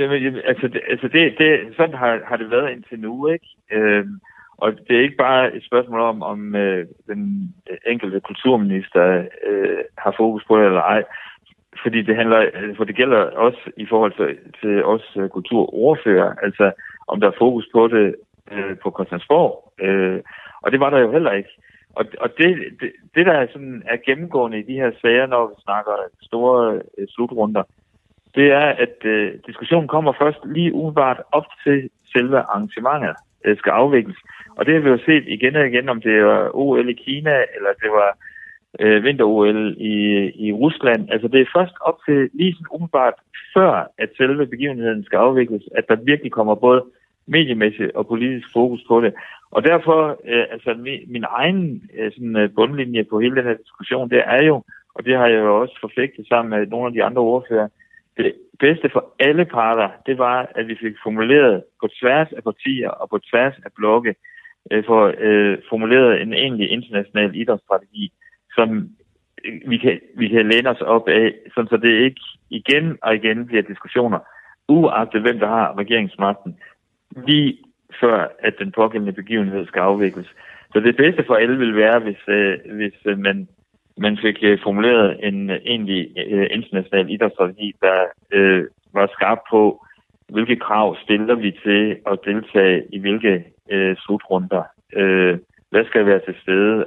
sådan har det været indtil nu, ikke? Og det er ikke bare et spørgsmål om den enkelte kulturminister har fokus på det eller ej. Fordi det gælder også i forhold til os kulturordfører, altså om der er fokus på det på Christiansborg. Og det var der jo heller ikke. Og det der sådan er gennemgående i de her sager, når vi snakker store slutrunder, det er, at diskussionen kommer først lige umiddelbart op til selve arrangementet skal afvikles. Og det har vi jo set igen og igen, om det var OL i Kina, eller det var vinter-OL i Rusland. Altså det er først op til lige sådan umiddelbart før, at selve begivenheden skal afvikles, at der virkelig kommer både mediemæssigt og politisk fokus på det. Og derfor, altså min egen sådan bundlinje på hele den her diskussion, det er jo, og det har jeg jo også forfægtet sammen med nogle af de andre ordfører, det bedste for alle parter, det var, at vi fik formuleret på tværs af partier og på tværs af blokke, formuleret en egentlig international idrætsstrategi, som vi kan læne os op af, sådan så det ikke igen og igen bliver diskussioner, uagtet hvem der har regeringsmagten, lige før at den pågældende begivenhed skal afvikles. Så det bedste for alle ville være, hvis man fik formuleret en egentlig international idrætsstrategi, der var skarp på, hvilke krav stiller vi til at deltage i hvilke slutrunder. Hvad skal være til stede,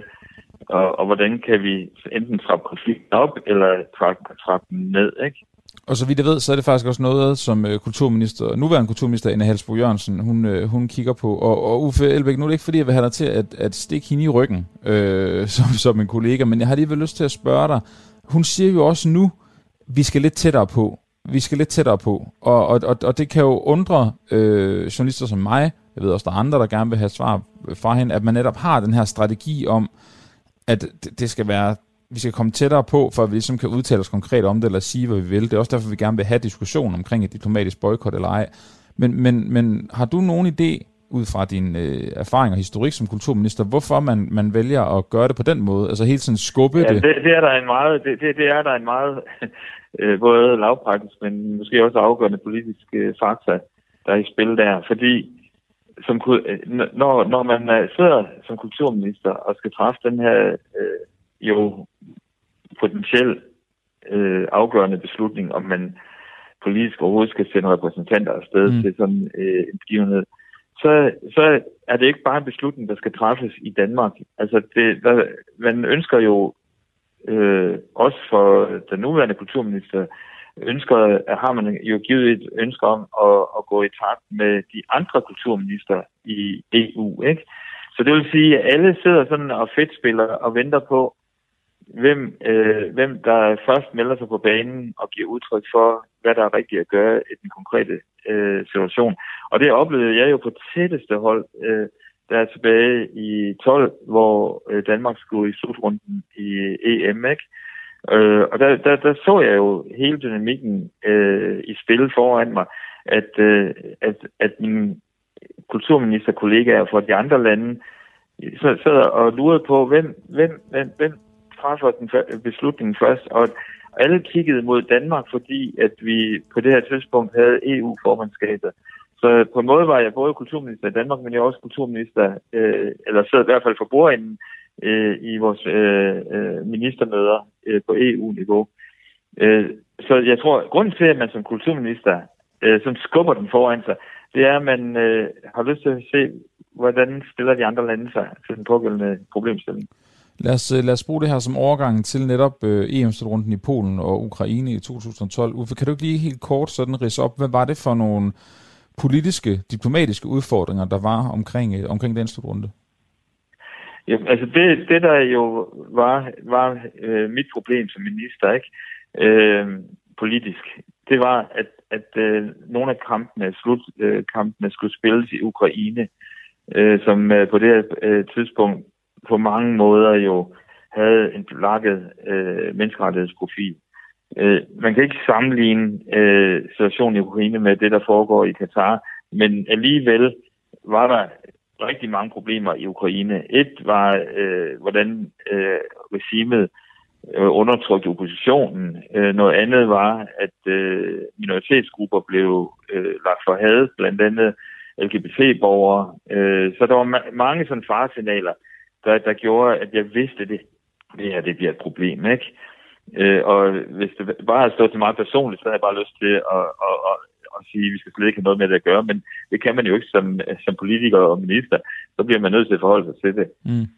og hvordan kan vi enten trappe konflikten op, eller trappe den ned, ikke? Og så vidt jeg ved, så er det faktisk også noget, som nuværende kulturminister Ane Halsboe Jørgensen, hun kigger på. Og Uffe Elbæk, nu er det ikke fordi, jeg vil have dig til at stikke hende i ryggen, som en kollega, men jeg har alligevel lyst til at spørge dig. Hun siger jo også nu, vi skal lidt tættere på. Og det kan jo undre journalister som mig, jeg ved også, der er andre, der gerne vil have svar fra hende, at man netop har den her strategi om, at det skal være, vi skal komme tættere på, for at vi ligesom kan udtale os konkret om det, eller sige, hvad vi vil. Det er også derfor, vi gerne vil have diskussion omkring et diplomatisk boykot eller ej. Men har du nogen idé ud fra din erfaring og historik som kulturminister, hvorfor man vælger at gøre det på den måde? Altså hele tiden skubbe det? Det er der en meget, det er der en meget både lavpraktisk, men måske også afgørende politisk fakta, der er i spil der. Fordi når man sidder som kulturminister og skal træffe den her jo potentielt afgørende beslutning, om man politisk overhovedet skal sende repræsentanter afsted til sådan en begivenhed, så er det ikke bare en beslutning, der skal træffes i Danmark. Altså man ønsker jo også for den nuværende kulturminister, har man jo givet et ønske om at gå i takt med de andre kulturminister i EU, ikke? Så det vil sige, at alle sidder sådan og fedtspiller og venter på, hvem der først melder sig på banen og giver udtryk for, hvad der er rigtigt at gøre i den konkrete situation. Og det oplevede jeg jo på tætteste hold, der er tilbage i 12, hvor Danmark skulle i slutrunden i EM, ikke? Og der så jeg jo hele dynamikken i spil foran mig, at mine kulturministerkollegaer fra de andre lande sad og lurede på, hvem træffer den beslutning først, og alle kiggede mod Danmark, fordi at vi på det her tidspunkt havde EU-formandskabet. Så på en måde var jeg både kulturminister i Danmark, men jeg også kulturminister, eller sad i hvert fald for bordenden i vores ministermøder på EU-niveau. Så jeg tror, grunden til, at man som kulturminister som skubber den foran sig, det er, at man har lyst til at se, hvordan stiller de andre lande sig til den pågældende problemstilling. Lad os bruge det her som overgang til netop EM-slutrunden i Polen og Ukraine i 2012. Uffe, kan du ikke lige helt kort sådan ridse op, hvad var det for nogle politiske, diplomatiske udfordringer, der var omkring den slutrunde? Ja, altså det der jo var mit problem som minister, ikke? Politisk, det var, at nogle af kampene skulle spilles i Ukraine, som på det her tidspunkt på mange måder jo havde en blakket menneskerettighedsprofil. Man kan ikke sammenligne situationen i Ukraine med det, der foregår i Katar, men alligevel var der rigtig mange problemer i Ukraine. Et var, hvordan regimet undertrykte oppositionen. Noget andet var, at minoritetsgrupper blev lagt for had, blandt andet LGBT-borgere. Så der var mange sådan faresignaler, der gjorde, at jeg vidste, at det her det bliver et problem, ikke? Og hvis det bare havde stået til mig personligt, så havde jeg bare lyst til at sige, at vi skal slet ikke have noget med det at gøre, men det kan man jo ikke som politiker og minister. Så bliver man nødt til at forholde sig til det.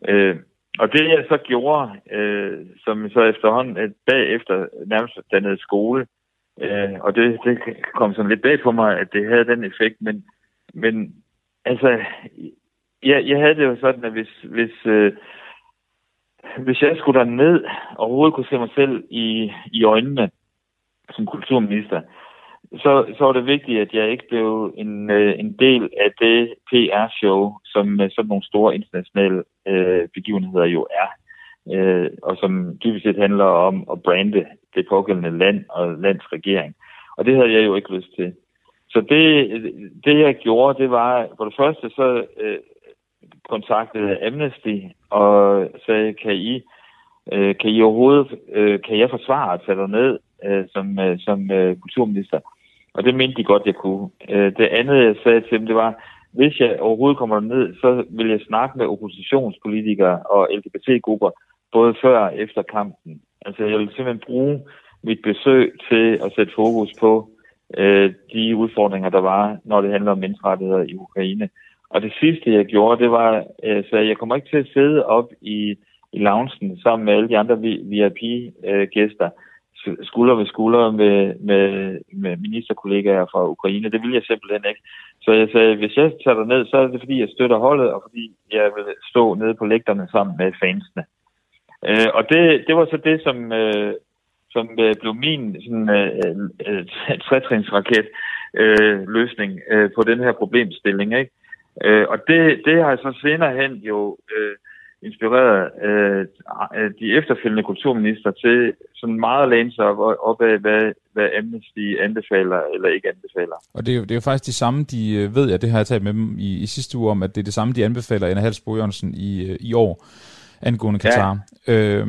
Og det jeg så gjorde, som så efterhånden bagefter nærmest dannede skole, og det kom sådan lidt bag på mig, at det havde den effekt, men altså, jeg havde det jo sådan, at hvis jeg skulle derned og overhovedet kunne se mig selv i øjnene som kulturminister, så var det vigtigt, at jeg ikke blev en del af det PR-show, som sådan nogle store internationale begivenheder jo er, og som dybest set handler om at brande det pågældende land og lands regering. Og det havde jeg jo ikke lyst til. Så det jeg gjorde, det var, for det første så kontaktede Amnesty og sagde, kan I overhovedet, kan jeg forsvare at tage ned som kulturminister? Og det mente de godt, jeg kunne. Det andet, jeg sagde til dem, det var, hvis jeg overhovedet kommer ned, så vil jeg snakke med oppositionspolitikere og LGBT-grupper, både før og efter kampen. Altså, jeg vil simpelthen bruge mit besøg til at sætte fokus på de udfordringer, der var, når det handler om menneskerettigheder i Ukraine. Og det sidste, jeg gjorde, det var, så jeg kommer ikke til at sidde op i loungen sammen med alle de andre VIP-gæster, skulder ved skulder med ministerkollegaer fra Ukraine. Det vil jeg simpelthen ikke. Så jeg sagde, hvis jeg tager derned, så er det fordi, jeg støtter holdet, og fordi jeg vil stå nede på lægterne sammen med fansene. Og det var så det, som blev min tretrinsraket løsning på den her problemstilling, ikke? Og det har så senere hen jo inspireret de efterfølgende kulturminister til sådan meget at læne sig op af, hvad Amnesty anbefaler eller ikke anbefaler. Og det er jo faktisk de samme, de ved jeg, det har jeg talt med dem i sidste uge om, at det er det samme, de anbefaler Anna Halsbo Jørgensen i år angående Katar. Ja.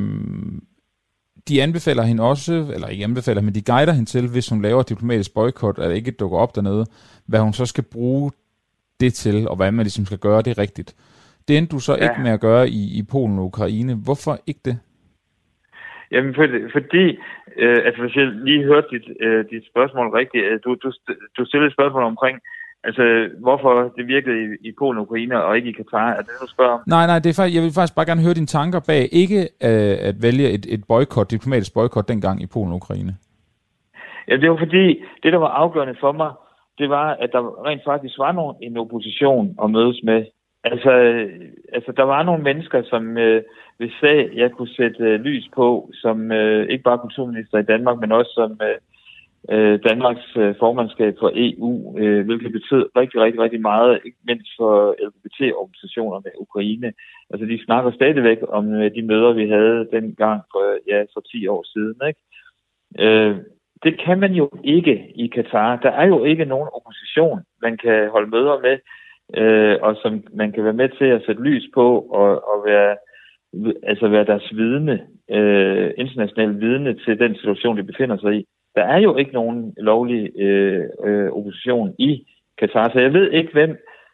De anbefaler hende også, eller ikke anbefaler, men de guider hende til, hvis hun laver diplomatisk boykot, eller ikke dukker op dernede, hvad hun så skal bruge det til, og hvad man ligesom skal gøre det rigtigt. Det endte du så ikke med at gøre i Polen og Ukraine. Hvorfor ikke det? Jamen, fordi altså hvis jeg lige hørte dit spørgsmål rigtigt, du stillede et spørgsmål omkring, altså hvorfor det virkede i Polen og Ukraine og ikke i Katar. Er det, du spørger om? Nej, det er faktisk, jeg vil faktisk bare gerne høre dine tanker bag ikke at vælge et boykot, diplomatisk boykot dengang i Polen og Ukraine. Ja, det var fordi, det der var afgørende for mig, det var, at der rent faktisk var en opposition at mødes med. Altså der var nogle mennesker, som hvis jeg kunne sætte lys på, som ikke bare kulturminister i Danmark, men også som Danmarks formandskab for EU, hvilket betød rigtig, rigtig, rigtig meget, ikke mindst for LGBT-organisationerne i Ukraine. Altså de snakker stadigvæk om de møder, vi havde dengang for 10 år siden, ikke? Det kan man jo ikke i Katar. Der er jo ikke nogen opposition, man kan holde møder med, og som man kan være med til at sætte lys på og være deres vidne, internationale vidne til den situation, de befinder sig i. Der er jo ikke nogen lovlig opposition i Katar, så jeg ved ikke, hvem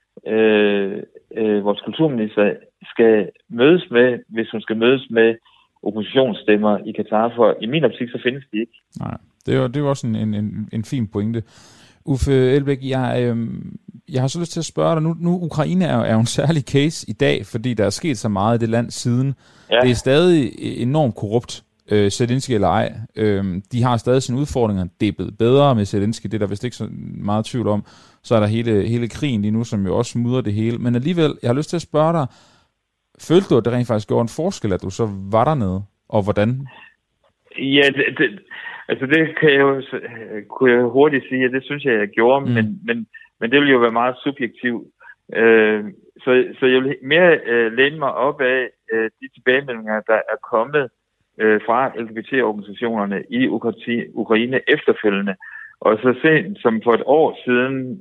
vores kulturminister skal mødes med, hvis hun skal mødes med oppositionsstemmer i Katar, for i min optik, så findes de ikke. Nej, det er jo også en fin pointe. Uffe Elbæk, jeg har så lyst til at spørge dig, nu Ukraine er jo en særlig case i dag, fordi der er sket så meget i det land siden. Ja. Det er stadig enormt korrupt, Zelensky eller ej. De har stadig sine udfordringer. Det er blevet bedre med Zelensky, det er der vist ikke så meget tvivl om. Så er der hele krigen lige nu, som jo også mudrer det hele. Men alligevel, jeg har lyst til at spørge dig, følte du, at det rent faktisk gjorde en forskel, at du så var dernede, og hvordan? Ja, det kunne jeg hurtigt sige, at det synes jeg gjorde, men det vil jo være meget subjektivt. Så jeg vil mere læne mig op af de tilbagemeldinger, der er kommet fra LGBT-organisationerne i Ukraine efterfølgende. Og så sent som for et år siden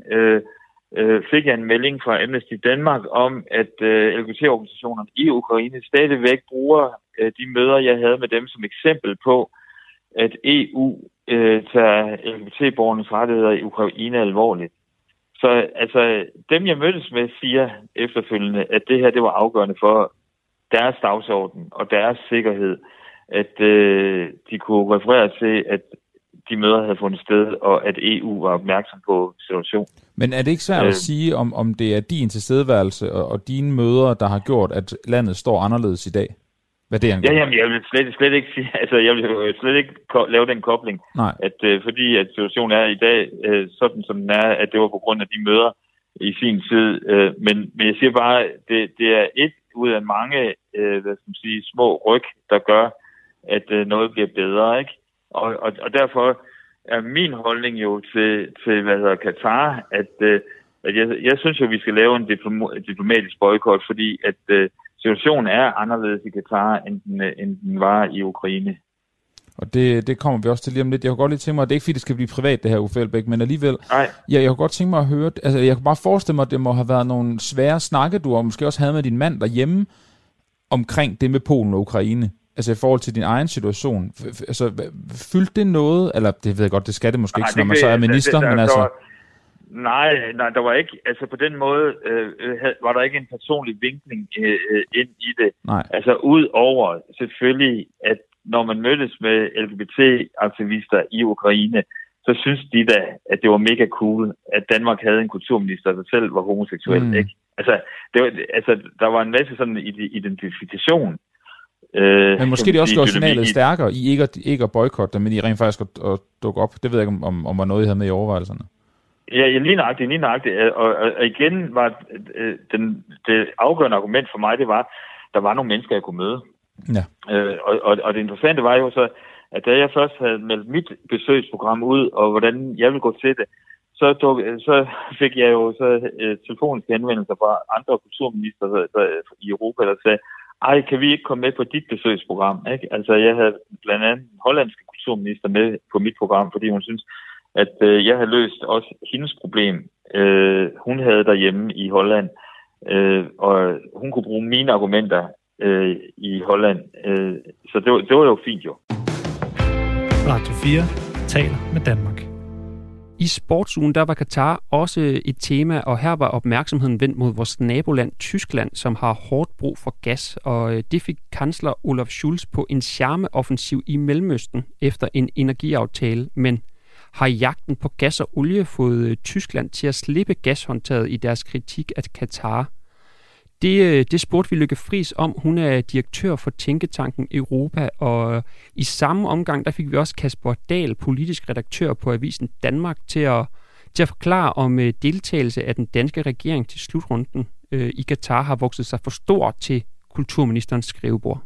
fik jeg en melding fra Amnesty Danmark om, at LGBT-organisationerne i Ukraine stadigvæk bruger de møder, jeg havde med dem som eksempel på, at EU tager LGBT-borgernes rettigheder i Ukraine alvorligt. Så altså, dem jeg mødtes med siger efterfølgende, at det her det var afgørende for deres dagsorden og deres sikkerhed, at de kunne referere til, at de møder havde fundet sted, og at EU var opmærksom på situationen. Men er det ikke svært at sige, om det er din tilstedeværelse og dine møder, der har gjort, at landet står anderledes i dag? Hvad det angår? Jamen, jeg vil slet ikke sige, altså jeg vil slet ikke lave den kobling, at fordi at situationen er i dag sådan som den er, at det var på grund af de møder i sin tid. Men jeg siger bare, det er et ud af mange små ryg, der gør, at noget bliver bedre, ikke? Og derfor er min holdning jo til Katar, at jeg synes jo, vi skal lave en diplomatisk boykot, fordi at situationen er anderledes i Katar, end den var i Ukraine. Og det kommer vi også til lige om lidt. Jeg kunne godt lige tænke mig, at det er ikke fordi, det skal blive privat, det her, Uffe Elbæk, men alligevel, jeg kunne godt tænke mig at høre, altså jeg kunne bare forestille mig, at det må have været nogle svære snakke, du måske også havde med din mand derhjemme, omkring det med Polen og Ukraine. Altså i forhold til din egen situation. Altså, fyldte det noget? Eller det ved jeg godt, det skal det måske ikke, når man så er minister, men altså... Nej, der var ikke, altså på den måde var der ikke en personlig vinkling ind i det. Nej. Altså ud over selvfølgelig, at når man mødtes med LGBT-aktivister i Ukraine, så synes de da, at det var mega cool, at Danmark havde en kulturminister, der selv var homoseksuel, ikke? Altså, der var en masse sådan identifikation. Men måske det også gjorde signalet stærkere i ikke at boykotte, men I rent faktisk at dukke op. Det ved jeg ikke, om var noget, I havde med i overvejelserne. Ja, lige nøjagtigt. Og igen var det afgørende argument for mig, det var, der var nogle mennesker, jeg kunne møde. Ja. Og det interessante var jo så, at da jeg først havde meldt mit besøgsprogram ud, og hvordan jeg ville gå til det, så fik jeg jo så telefoniske henvendelser fra andre kulturminister i Europa, der sagde, kan vi ikke komme med på dit besøgsprogram? Ikke? Altså, jeg havde blandt andet den hollandske kulturminister med på mit program, fordi hun synes, at jeg havde løst også hendes problem. Hun havde derhjemme i Holland, og hun kunne bruge mine argumenter i Holland. Så det var jo fint jo. Radio 4 taler med Danmark. I sportsugen, der var Katar også et tema, og her var opmærksomheden vendt mod vores naboland Tyskland, som har hårdt brug for gas, og det fik kansler Olaf Scholz på en charmeoffensiv i Mellemøsten efter en energiaftale. Men har jagten på gas og olie fået Tyskland til at slippe gashåndtaget i deres kritik af Katar? Det spurgte vi Lykke Friis om. Hun er direktør for Tænketanken Europa, og i samme omgang der fik vi også Kasper Dahl, politisk redaktør på Avisen Danmark, til at forklare om deltagelse af den danske regering til slutrunden i Katar har vokset sig for stor til kulturministerens skrivebord.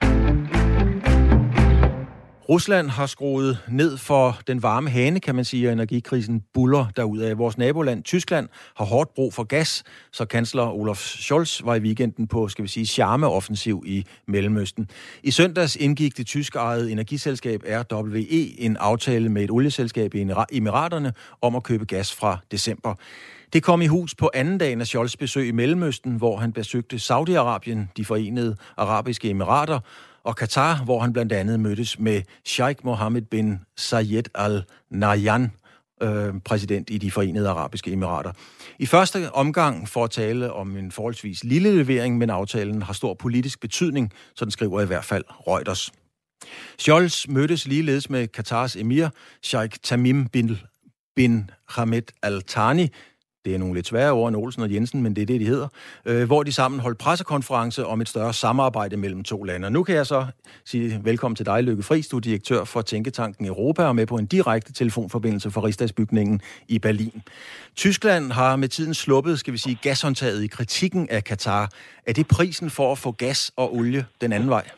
Rusland har skruet ned for den varme hane, kan man sige, og energikrisen buller derudad. Vores naboland Tyskland har hårdt brug for gas, så kansler Olaf Scholz var i weekenden på, skal vi sige, charmeoffensiv i Mellemøsten. I søndags indgik det tyskejede energiselskab RWE en aftale med et olieselskab i Emiraterne om at købe gas fra december. Det kom i hus på anden dagen af Scholz' besøg i Mellemøsten, hvor han besøgte Saudi-Arabien, de Forenede Arabiske Emirater, og Katar, hvor han blandt andet mødtes med Sheikh Mohammed bin Zayed Al Nahyan, præsident i de Forenede Arabiske Emirater. I første omgang for at tale om en forholdsvis lille levering, men aftalen har stor politisk betydning, sådan skriver i hvert fald Reuters. Scholz mødtes ligeledes med Katars emir, Sheikh Tamim bin Hamad Al Thani. Det er nogle lidt svære ord end Olsen og Jensen, men det er det, de hedder. Hvor de sammen holdt pressekonference om et større samarbejde mellem to lande. Nu kan jeg så sige velkommen til dig, Lykke Friis, du er direktør for Tænketanken Europa og med på en direkte telefonforbindelse for Rigsdagsbygningen i Berlin. Tyskland har med tiden sluppet, skal vi sige, gashåndtaget i kritikken af Katar. Er det prisen for at få gas og olie den anden vej?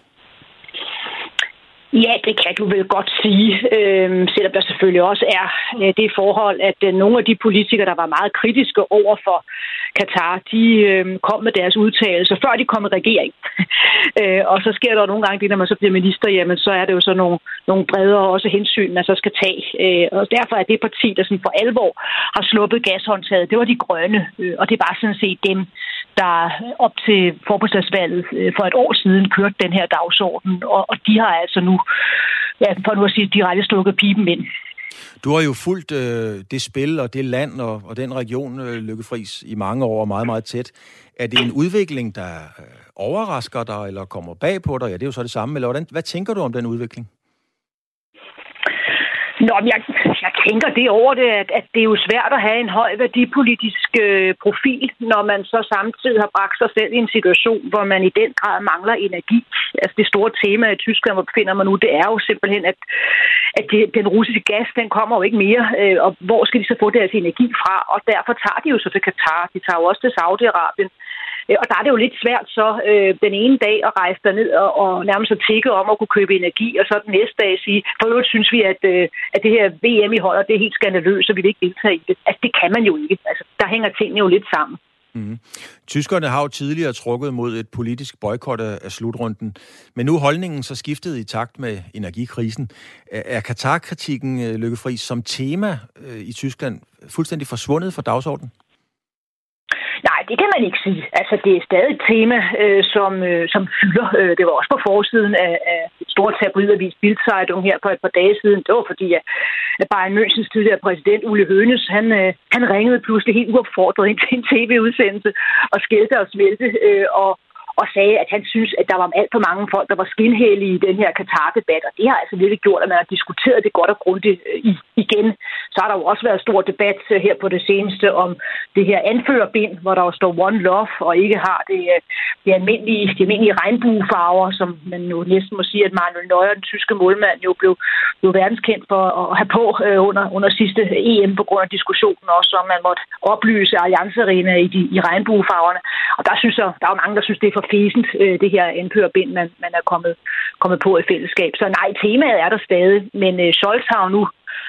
Ja, det kan du vel godt sige, selvom der selvfølgelig også er det forhold, at nogle af de politikere, der var meget kritiske over for Katar, de kom med deres udtalelser, før de kom i regering. Og så sker der nogle gange det, når man så bliver minister, jamen så er det jo så nogle bredere også hensyn, man så skal tage. Og derfor er det parti, der sådan for alvor har sluppet gashåndtaget, det var de grønne, og det var sådan set dem, der op til forbundsdagsvalget for et år siden kørte den her dagsorden, og de har altså nu, ja, for nu at sige, direkte stukket pipen ind. Du har jo fulgt det spil og det land og den region, Lykke Friis, i mange år meget, meget tæt. Er det en udvikling, der overrasker dig eller kommer bag på dig? Ja, det er jo så det samme. Eller hvad tænker du om den udvikling? Nå, men jeg tænker det over det, at det er jo svært at have en høj værdipolitisk profil, når man så samtidig har bragt sig selv i en situation, hvor man i den grad mangler energi. Altså det store tema i Tyskland, hvor befinder man nu, det er jo simpelthen, at den russiske gas, den kommer jo ikke mere, og hvor skal de så få deres energi fra? Og derfor tager de jo så til Katar, de tager jo også til Saudi-Arabien. Og der er det jo lidt svært så den ene dag at rejse derned og nærmest at tikke om at kunne købe energi, og så den næste dag sige, for øvrigt synes vi, at det her VM i holder, det er helt skandaløst, og vi vil ikke deltage i det. Altså det kan man jo ikke. Altså der hænger tingene jo lidt sammen. Mm. Tyskerne har jo tidligere trukket mod et politisk boykot af slutrunden, men nu er holdningen så skiftet i takt med energikrisen. Er Katar-kritikken, Lykke Friis, som tema i Tyskland fuldstændig forsvundet fra dagsordenen? Nej, det kan man ikke sige. Altså, det er stadig et tema, som fylder. Det var også på forsiden af et stort tabloidavis Bild-Zeitung her for et par dage siden. Det var fordi, at Bayern Münchens tidligere præsident, Uli Hoeneß, han ringede pludselig helt uopfordret ind til en tv-udsendelse og skældte og svælte og sagde, at han synes, at der var alt for mange folk, der var skinhellige i den her Katar-debat, og det har altså virkelig gjort, at man har diskuteret det godt og grundigt igen. Så har der jo også været stor debat her på det seneste om det her anførerbind, hvor der jo står One Love, og ikke har de almindelige regnbuefarver, som man jo næsten må sige, at Manuel Neuer, den tyske målmand, jo blev verdenskendt for at have på under sidste EM på grund af diskussionen også, om man måtte oplyse Allianz Arena i regnbuefarverne. Og der synes jeg, der er jo mange, der synes, det er for fæsent, det her anførerbind, man er kommet på i fællesskab. Så nej, temaet er der stadig, men Scholz har jo nu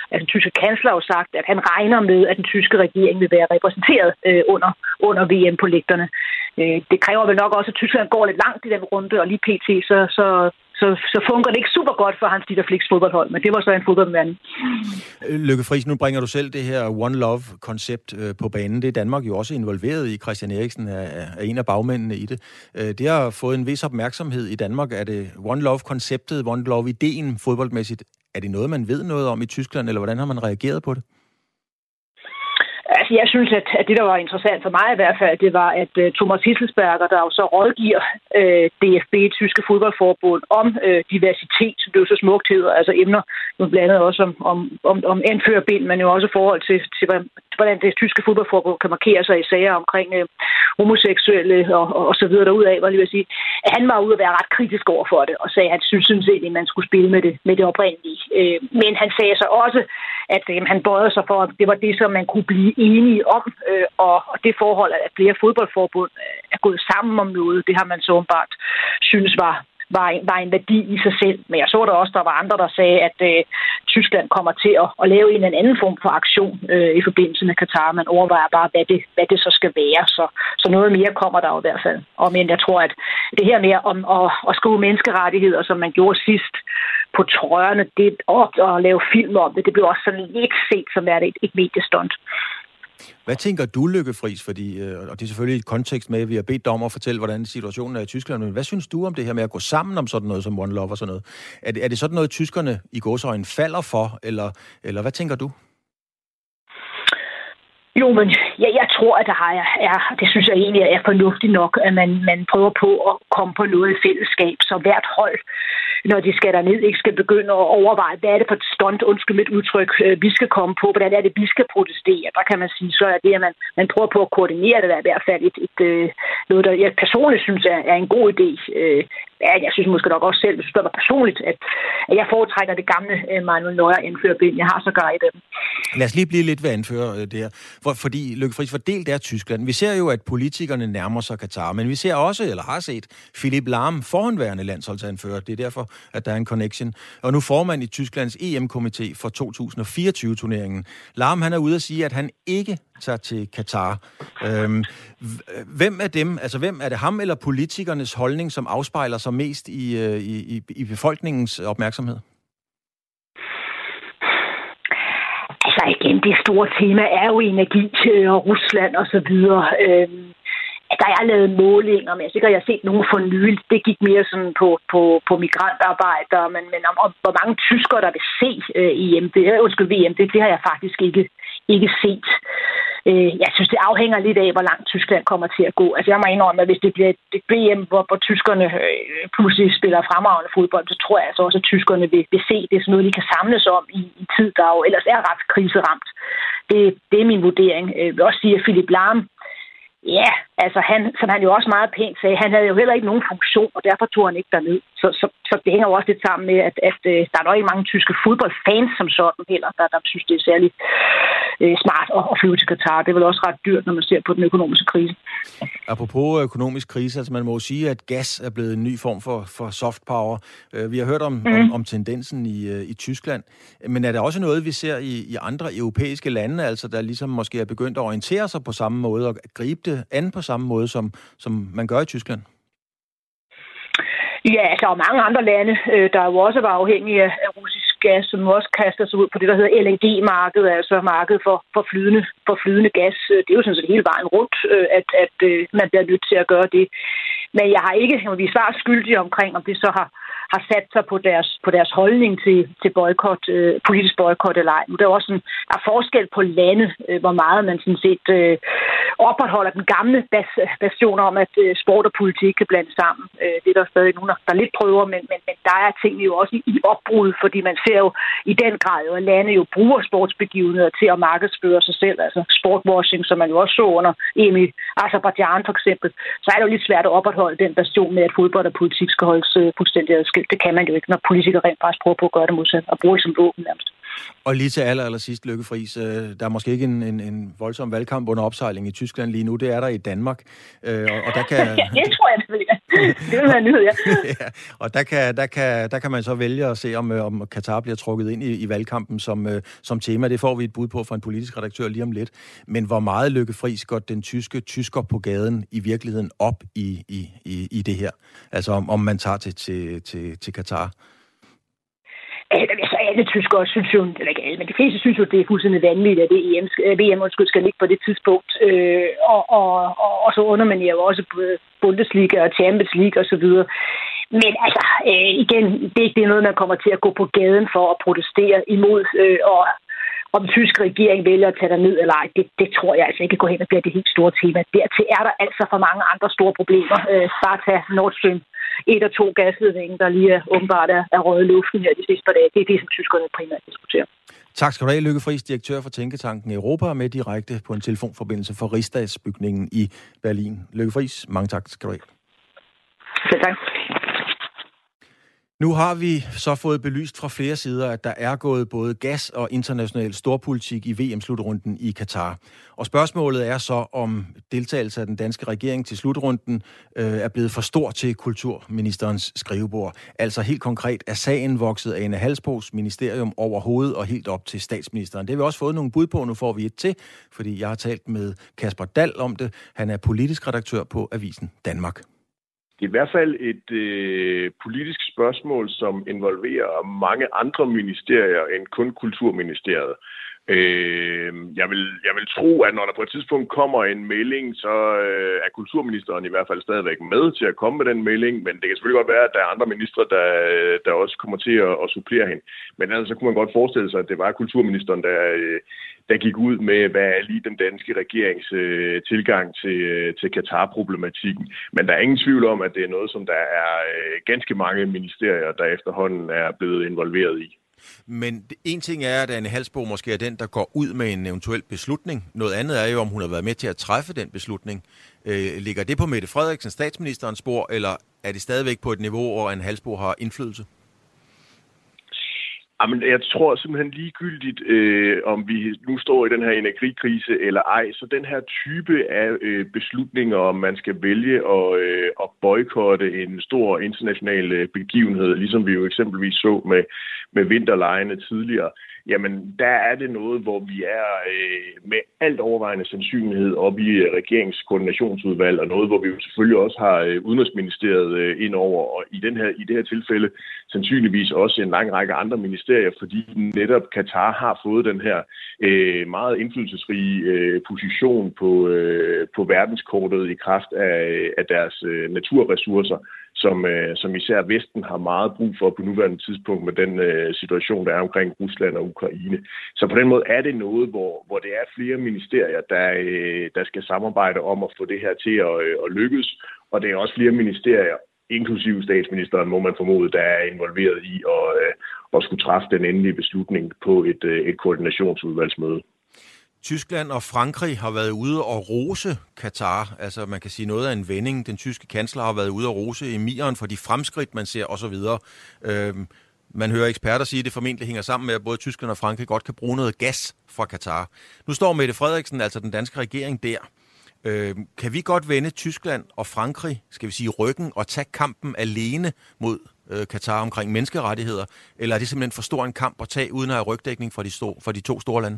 Altså den tyske kansler har jo sagt, at han regner med, at den tyske regering vil være repræsenteret under VM på lægterne. Det kræver vel nok også, at Tyskland går lidt langt i den runde, og lige pt. Så fungerer det ikke super godt for Hans Dieter Flicks fodboldhold, men det var så en fodboldmand. Lykke Friis, nu bringer du selv det her One Love-koncept på banen. Det er Danmark jo også involveret i. Christian Eriksen er en af bagmændene i det. Det har fået en vis opmærksomhed i Danmark. Er det One Love-konceptet, One Love-ideen fodboldmæssigt? Er det noget, man ved noget om i Tyskland, eller hvordan har man reageret på det? Altså, jeg synes, at det, der var interessant for mig i hvert fald, det var, at Thomas Hitzelsberger, der jo så rådgiver DFB, Tyske Fodboldforbund, om diversitet, som det jo så smukt hedder, altså emner, nu blandt andet også om anførerbind, men jo også i forhold til hvordan det tyske fodboldforbund kan markere sig i sager omkring homoseksuelle og så videre derudaf, var lige at sige. At han var ude at være ret kritisk over for det, og sagde, at han synes set, at man skulle spille med det oprindelige. Men han sagde så også, at han bøjede sig for, at det var det, som man kunne blive enige om, og det forhold, at flere fodboldforbund er gået sammen om noget, det har man så åbenbart synes var en værdi i sig selv. Men jeg så der også, der var andre, der sagde, at Tyskland kommer til at lave en eller anden form for aktion i forbindelse med Katar. Man overvejer bare, hvad det så skal være. Så noget mere kommer der jo i hvert fald. Og men jeg tror, at det her med at skrive menneskerettigheder, som man gjorde sidst på trøjerne, det at lave film om det blev også sådan lidt set som et mediestunt. Hvad tænker du, Lykke Friis? Fordi, og det er selvfølgelig et kontekst med, at vi har bedt dig om at fortælle, hvordan situationen er i Tyskland. Men hvad synes du om det her med at gå sammen om sådan noget som One Love og sådan noget? Er det sådan noget, tyskerne i gåseøjne falder for? Eller hvad tænker du? Jo, men jeg tror, at det synes jeg egentlig er fornuftigt nok, at man prøver på at komme på noget i fællesskab, så hvert hold, når de skal derned, ikke skal begynde at overveje, hvad er det for et stunt, undskyld mit udtryk, vi skal komme på, hvordan er det, vi skal protestere. Der kan man sige, så er det, at man prøver på at koordinere det, der i hvert fald noget, der jeg personligt synes er en god idé. Jeg synes måske nok også selv, hvis du spørger mig personligt, at jeg foretrækker det gamle Manuel Neuer anførerbind. Jeg har sågar et af dem. Lad os lige blive lidt ved at anføre det her. Fordi, Lykke Friis, fordelt er Tyskland. Vi ser jo, at politikerne nærmer sig Katar, men vi ser også, eller har set, Philipp Lahm, forhenværende landsholdsanfører. Det er derfor, at der er en connection. Og nu formand i Tysklands EM-komité for 2024-turneringen. Lahm, han er ude at sige, at han ikke tager til Katar. Hvem er det ham eller politikernes holdning, som afspejler sig mest i befolkningens opmærksomhed? Altså igen, det store tema er jo energi og Rusland og så videre. Der er lavet målinger, men jeg har set nogle for nylig. Det gik mere sådan på migrantarbejdere, men om hvor mange tyskere, der vil se VM, det har jeg faktisk ikke set. Jeg synes, det afhænger lidt af, hvor langt Tyskland kommer til at gå. Altså, jeg må indrømme, at hvis det bliver et VM, hvor tyskerne pludselig spiller fremragende fodbold, så tror jeg altså også, at tyskerne vil se det sådan noget, de kan samles om i tid, der jo ellers er ret kriseramt. Det er min vurdering. Jeg vil også sige, at Philipp Lahm, ja, altså som han jo også meget pænt sagde, han havde jo heller ikke nogen funktion, og derfor tog han ikke derned. Så det hænger jo også lidt sammen med, at der er nok ikke mange tyske fodboldfans som sådan heller, der synes, det er særlig smart at flyve til Katar. Det er vel også ret dyrt, når man ser på den økonomiske krise. Apropos økonomisk krise, altså man må jo sige, at gas er blevet en ny form for soft power. Vi har hørt om tendensen i Tyskland, men er der også noget, vi ser i andre europæiske lande, altså der ligesom måske er begyndt at orientere sig på samme måde og gribe det an på samme måde, som man gør i Tyskland? Ja, altså og mange andre lande, der jo også var afhængige af russisk gas, som også kaster sig ud på det, der hedder LNG-markedet, altså markedet for flydende gas. Det er jo sådan set hele vejen rundt, at man bliver nødt til at gøre det. Men jeg har ikke, vi er svært skyldige omkring, om det så har sat sig på deres holdning til boykot, politisk boykot eller ej. Der er også der er forskel på lande, hvor meget man sådan set opretholder den gamle bastion om, at sport og politik kan blandes sammen. Det er der stadig nogen, der lidt prøver, men der er tingene jo også i opbrud, fordi man ser jo i den grad, at lande jo bruger sportsbegivenheder til at markedsføre sig selv, altså sportwashing, som man jo også så under EM i Aserbajdsjan for eksempel. Så er det jo lidt svært at opretholde den bastion med, at fodbold og politik skal holdes fuldstændig adskilt. Det kan man jo ikke, når politikere rent faktisk prøver på at gøre det modsat og bruge det som våben nærmest. Og lige til aller sidst, Lykke Friis, der er måske ikke en voldsom valgkamp under opsejling i Tyskland lige nu. Det er der i Danmark. Og der kan... Ja, det tror jeg, det vil være nyhed, ja. Ja. Og der kan man så vælge at se, om Katar bliver trukket ind i valgkampen som tema. Det får vi et bud på fra en politisk redaktør lige om lidt. Men hvor meget, Lykke Friis, går den tysker på gaden i virkeligheden op i det her? Altså om man tager til Katar? Altså alle tyskere synes jo, eller ikke alle, men de fleste synes jo, det er fuldstændig vanvittigt, at det VM skal ligge på det tidspunkt. Og så underminerer jo også Bundesliga og Champions League og så videre. Men altså, igen, det er noget, man kommer til at gå på gaden for at protestere imod, og om den tyske regering vælger at tage der ned eller ej, det tror jeg altså ikke går hen og bliver det helt store tema. Dertil er der altså for mange andre store problemer. Bare tage Nord Stream 1 og 2 gasledningen, der lige åbenbart er røget i luften her de sidste par dage. Det er det, som tyskerne primært diskuterer. Tak skal du have, Lykke Friis, direktør for Tænketanken Europa, med direkte på en telefonforbindelse for Rigsdagsbygningen i Berlin. Lykke Friis, mange tak skal du have. Selv tak. Nu har vi så fået belyst fra flere sider, at der er gået både gas og international storpolitik i VM-slutrunden i Katar. Og spørgsmålet er så, om deltagelse af den danske regering til slutrunden er blevet for stor til kulturministerens skrivebord. Altså helt konkret, er sagen vokset af Ane Halsboes ministerium over hovedet og helt op til statsministeren. Det har vi også fået nogle bud på, nu får vi et til, fordi jeg har talt med Kasper Dahl om det. Han er politisk redaktør på Avisen Danmark. Det er i hvert fald et politisk spørgsmål, som involverer mange andre ministerier end kun Kulturministeriet. Jeg vil tro, at når der på et tidspunkt kommer en melding, så er kulturministeren i hvert fald stadigvæk med til at komme med den melding, men det kan selvfølgelig godt være, at der er andre ministre, der også kommer til at supplere hende. Men altså, så kunne man godt forestille sig, at det var kulturministeren, der gik ud med, hvad er lige den danske regerings tilgang til Katar-problematikken. Men der er ingen tvivl om, at det er noget, som der er ganske mange ministerier, der efterhånden er blevet involveret i. Men en ting er, at Ane Halsboe måske er den, der går ud med en eventuel beslutning. Noget andet er jo, om hun har været med til at træffe den beslutning. Ligger det på Mette Frederiksen, statsministerens spor, eller er det stadigvæk på et niveau, hvor Ane Halsboe har indflydelse? Jamen, jeg tror simpelthen ligegyldigt, om vi nu står i den her energikrise eller ej, så den her type af beslutninger, om man skal vælge at boykotte en stor international begivenhed, ligesom vi jo eksempelvis så med vinterlegene tidligere, jamen der er det noget, hvor vi er med alt overvejende sandsynlighed oppe i regeringskoordinationsudvalg, og noget, hvor vi jo selvfølgelig også har Udenrigsministeriet ind over, og i det her tilfælde sandsynligvis også en lang række andre ministerier, fordi netop Katar har fået den her meget indflydelsesrige position på verdenskortet i kraft af deres naturressourcer, som især Vesten har meget brug for på nuværende tidspunkt med den situation, der er omkring Rusland og Ukraine. Så på den måde er det noget, hvor det er flere ministerier, der skal samarbejde om at få det her til at lykkes, og det er også flere ministerier, inklusive statsministeren, må man formode, der er involveret i at skulle træffe den endelige beslutning på et koordinationsudvalgsmøde. Tyskland og Frankrig har været ude og rose Katar. Altså man kan sige noget af en vending. Den tyske kansler har været ude og rose emiren for de fremskridt, man ser osv. Man hører eksperter sige, at det formentlig hænger sammen med, at både Tyskland og Frankrig godt kan bruge noget gas fra Katar. Nu står Mette Frederiksen, altså den danske regering, der. Kan vi godt vende Tyskland og Frankrig, skal vi sige, ryggen og tage kampen alene mod Katar omkring menneskerettigheder? Eller er det simpelthen for stor en kamp at tage, uden at have rygdækning fra de to store lande?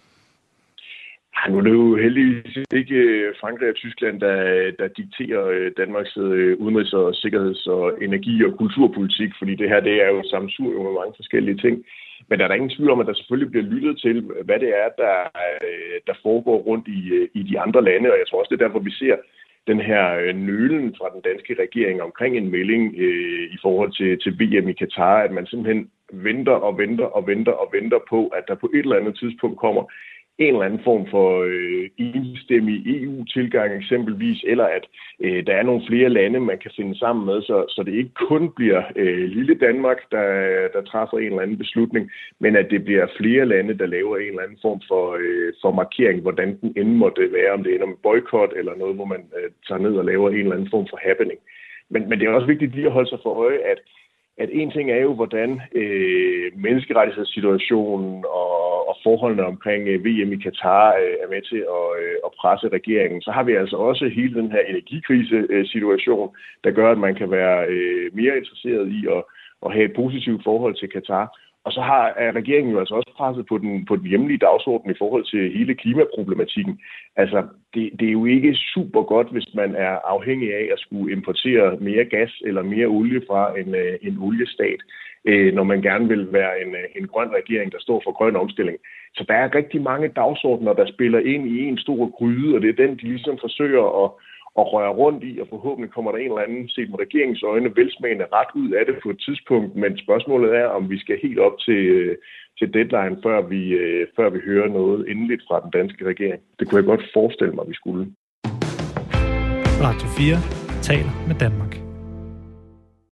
Nu er det jo heldigvis ikke Frankrig og Tyskland, der dikterer Danmarks udenrigs- og sikkerheds- og energi- og kulturpolitik, fordi det her det er jo et sammensurium med mange forskellige ting. Men der er ingen tvivl om, at der selvfølgelig bliver lyttet til, hvad det er, der foregår rundt i de andre lande, og jeg tror også, det er derfor, vi ser den her nølen fra den danske regering omkring en melding i forhold til VM i Katar, at man simpelthen venter på, at der på et eller andet tidspunkt kommer en eller anden form for enstemmig EU-tilgang eksempelvis, eller at der er nogle flere lande, man kan finde sammen med, så det ikke kun bliver lille Danmark, der træffer en eller anden beslutning, men at det bliver flere lande, der laver en eller anden form for markering, hvordan den end måtte være, om det ender med boykot eller noget, hvor man tager ned og laver en eller anden form for happening. Men det er også vigtigt lige at holde sig for øje, at at en ting er jo, hvordan menneskerettighedssituationen og forholdene omkring VM i Katar er med til at presse regeringen. Så har vi altså også hele den her energikrisesituation, der gør, at man kan være mere interesseret i at have et positivt forhold til Katar. Og så er regeringen jo altså også presset på den hjemlige dagsorden i forhold til hele klimaproblematikken. Altså, det er jo ikke super godt, hvis man er afhængig af at skulle importere mere gas eller mere olie fra en oliestat, når man gerne vil være en grøn regering, der står for grøn omstilling. Så der er rigtig mange dagsordener, der spiller ind i en stor gryde, og det er den, de ligesom forsøger at røre rundt i, og forhåbentlig kommer der en eller anden, set med regeringens øjne, velsmagende ret ud af det på et tidspunkt, men spørgsmålet er, om vi skal helt op til deadline, før vi hører noget endeligt fra den danske regering. Det kunne jeg godt forestille mig, vi skulle. Radio 4 taler med Danmark.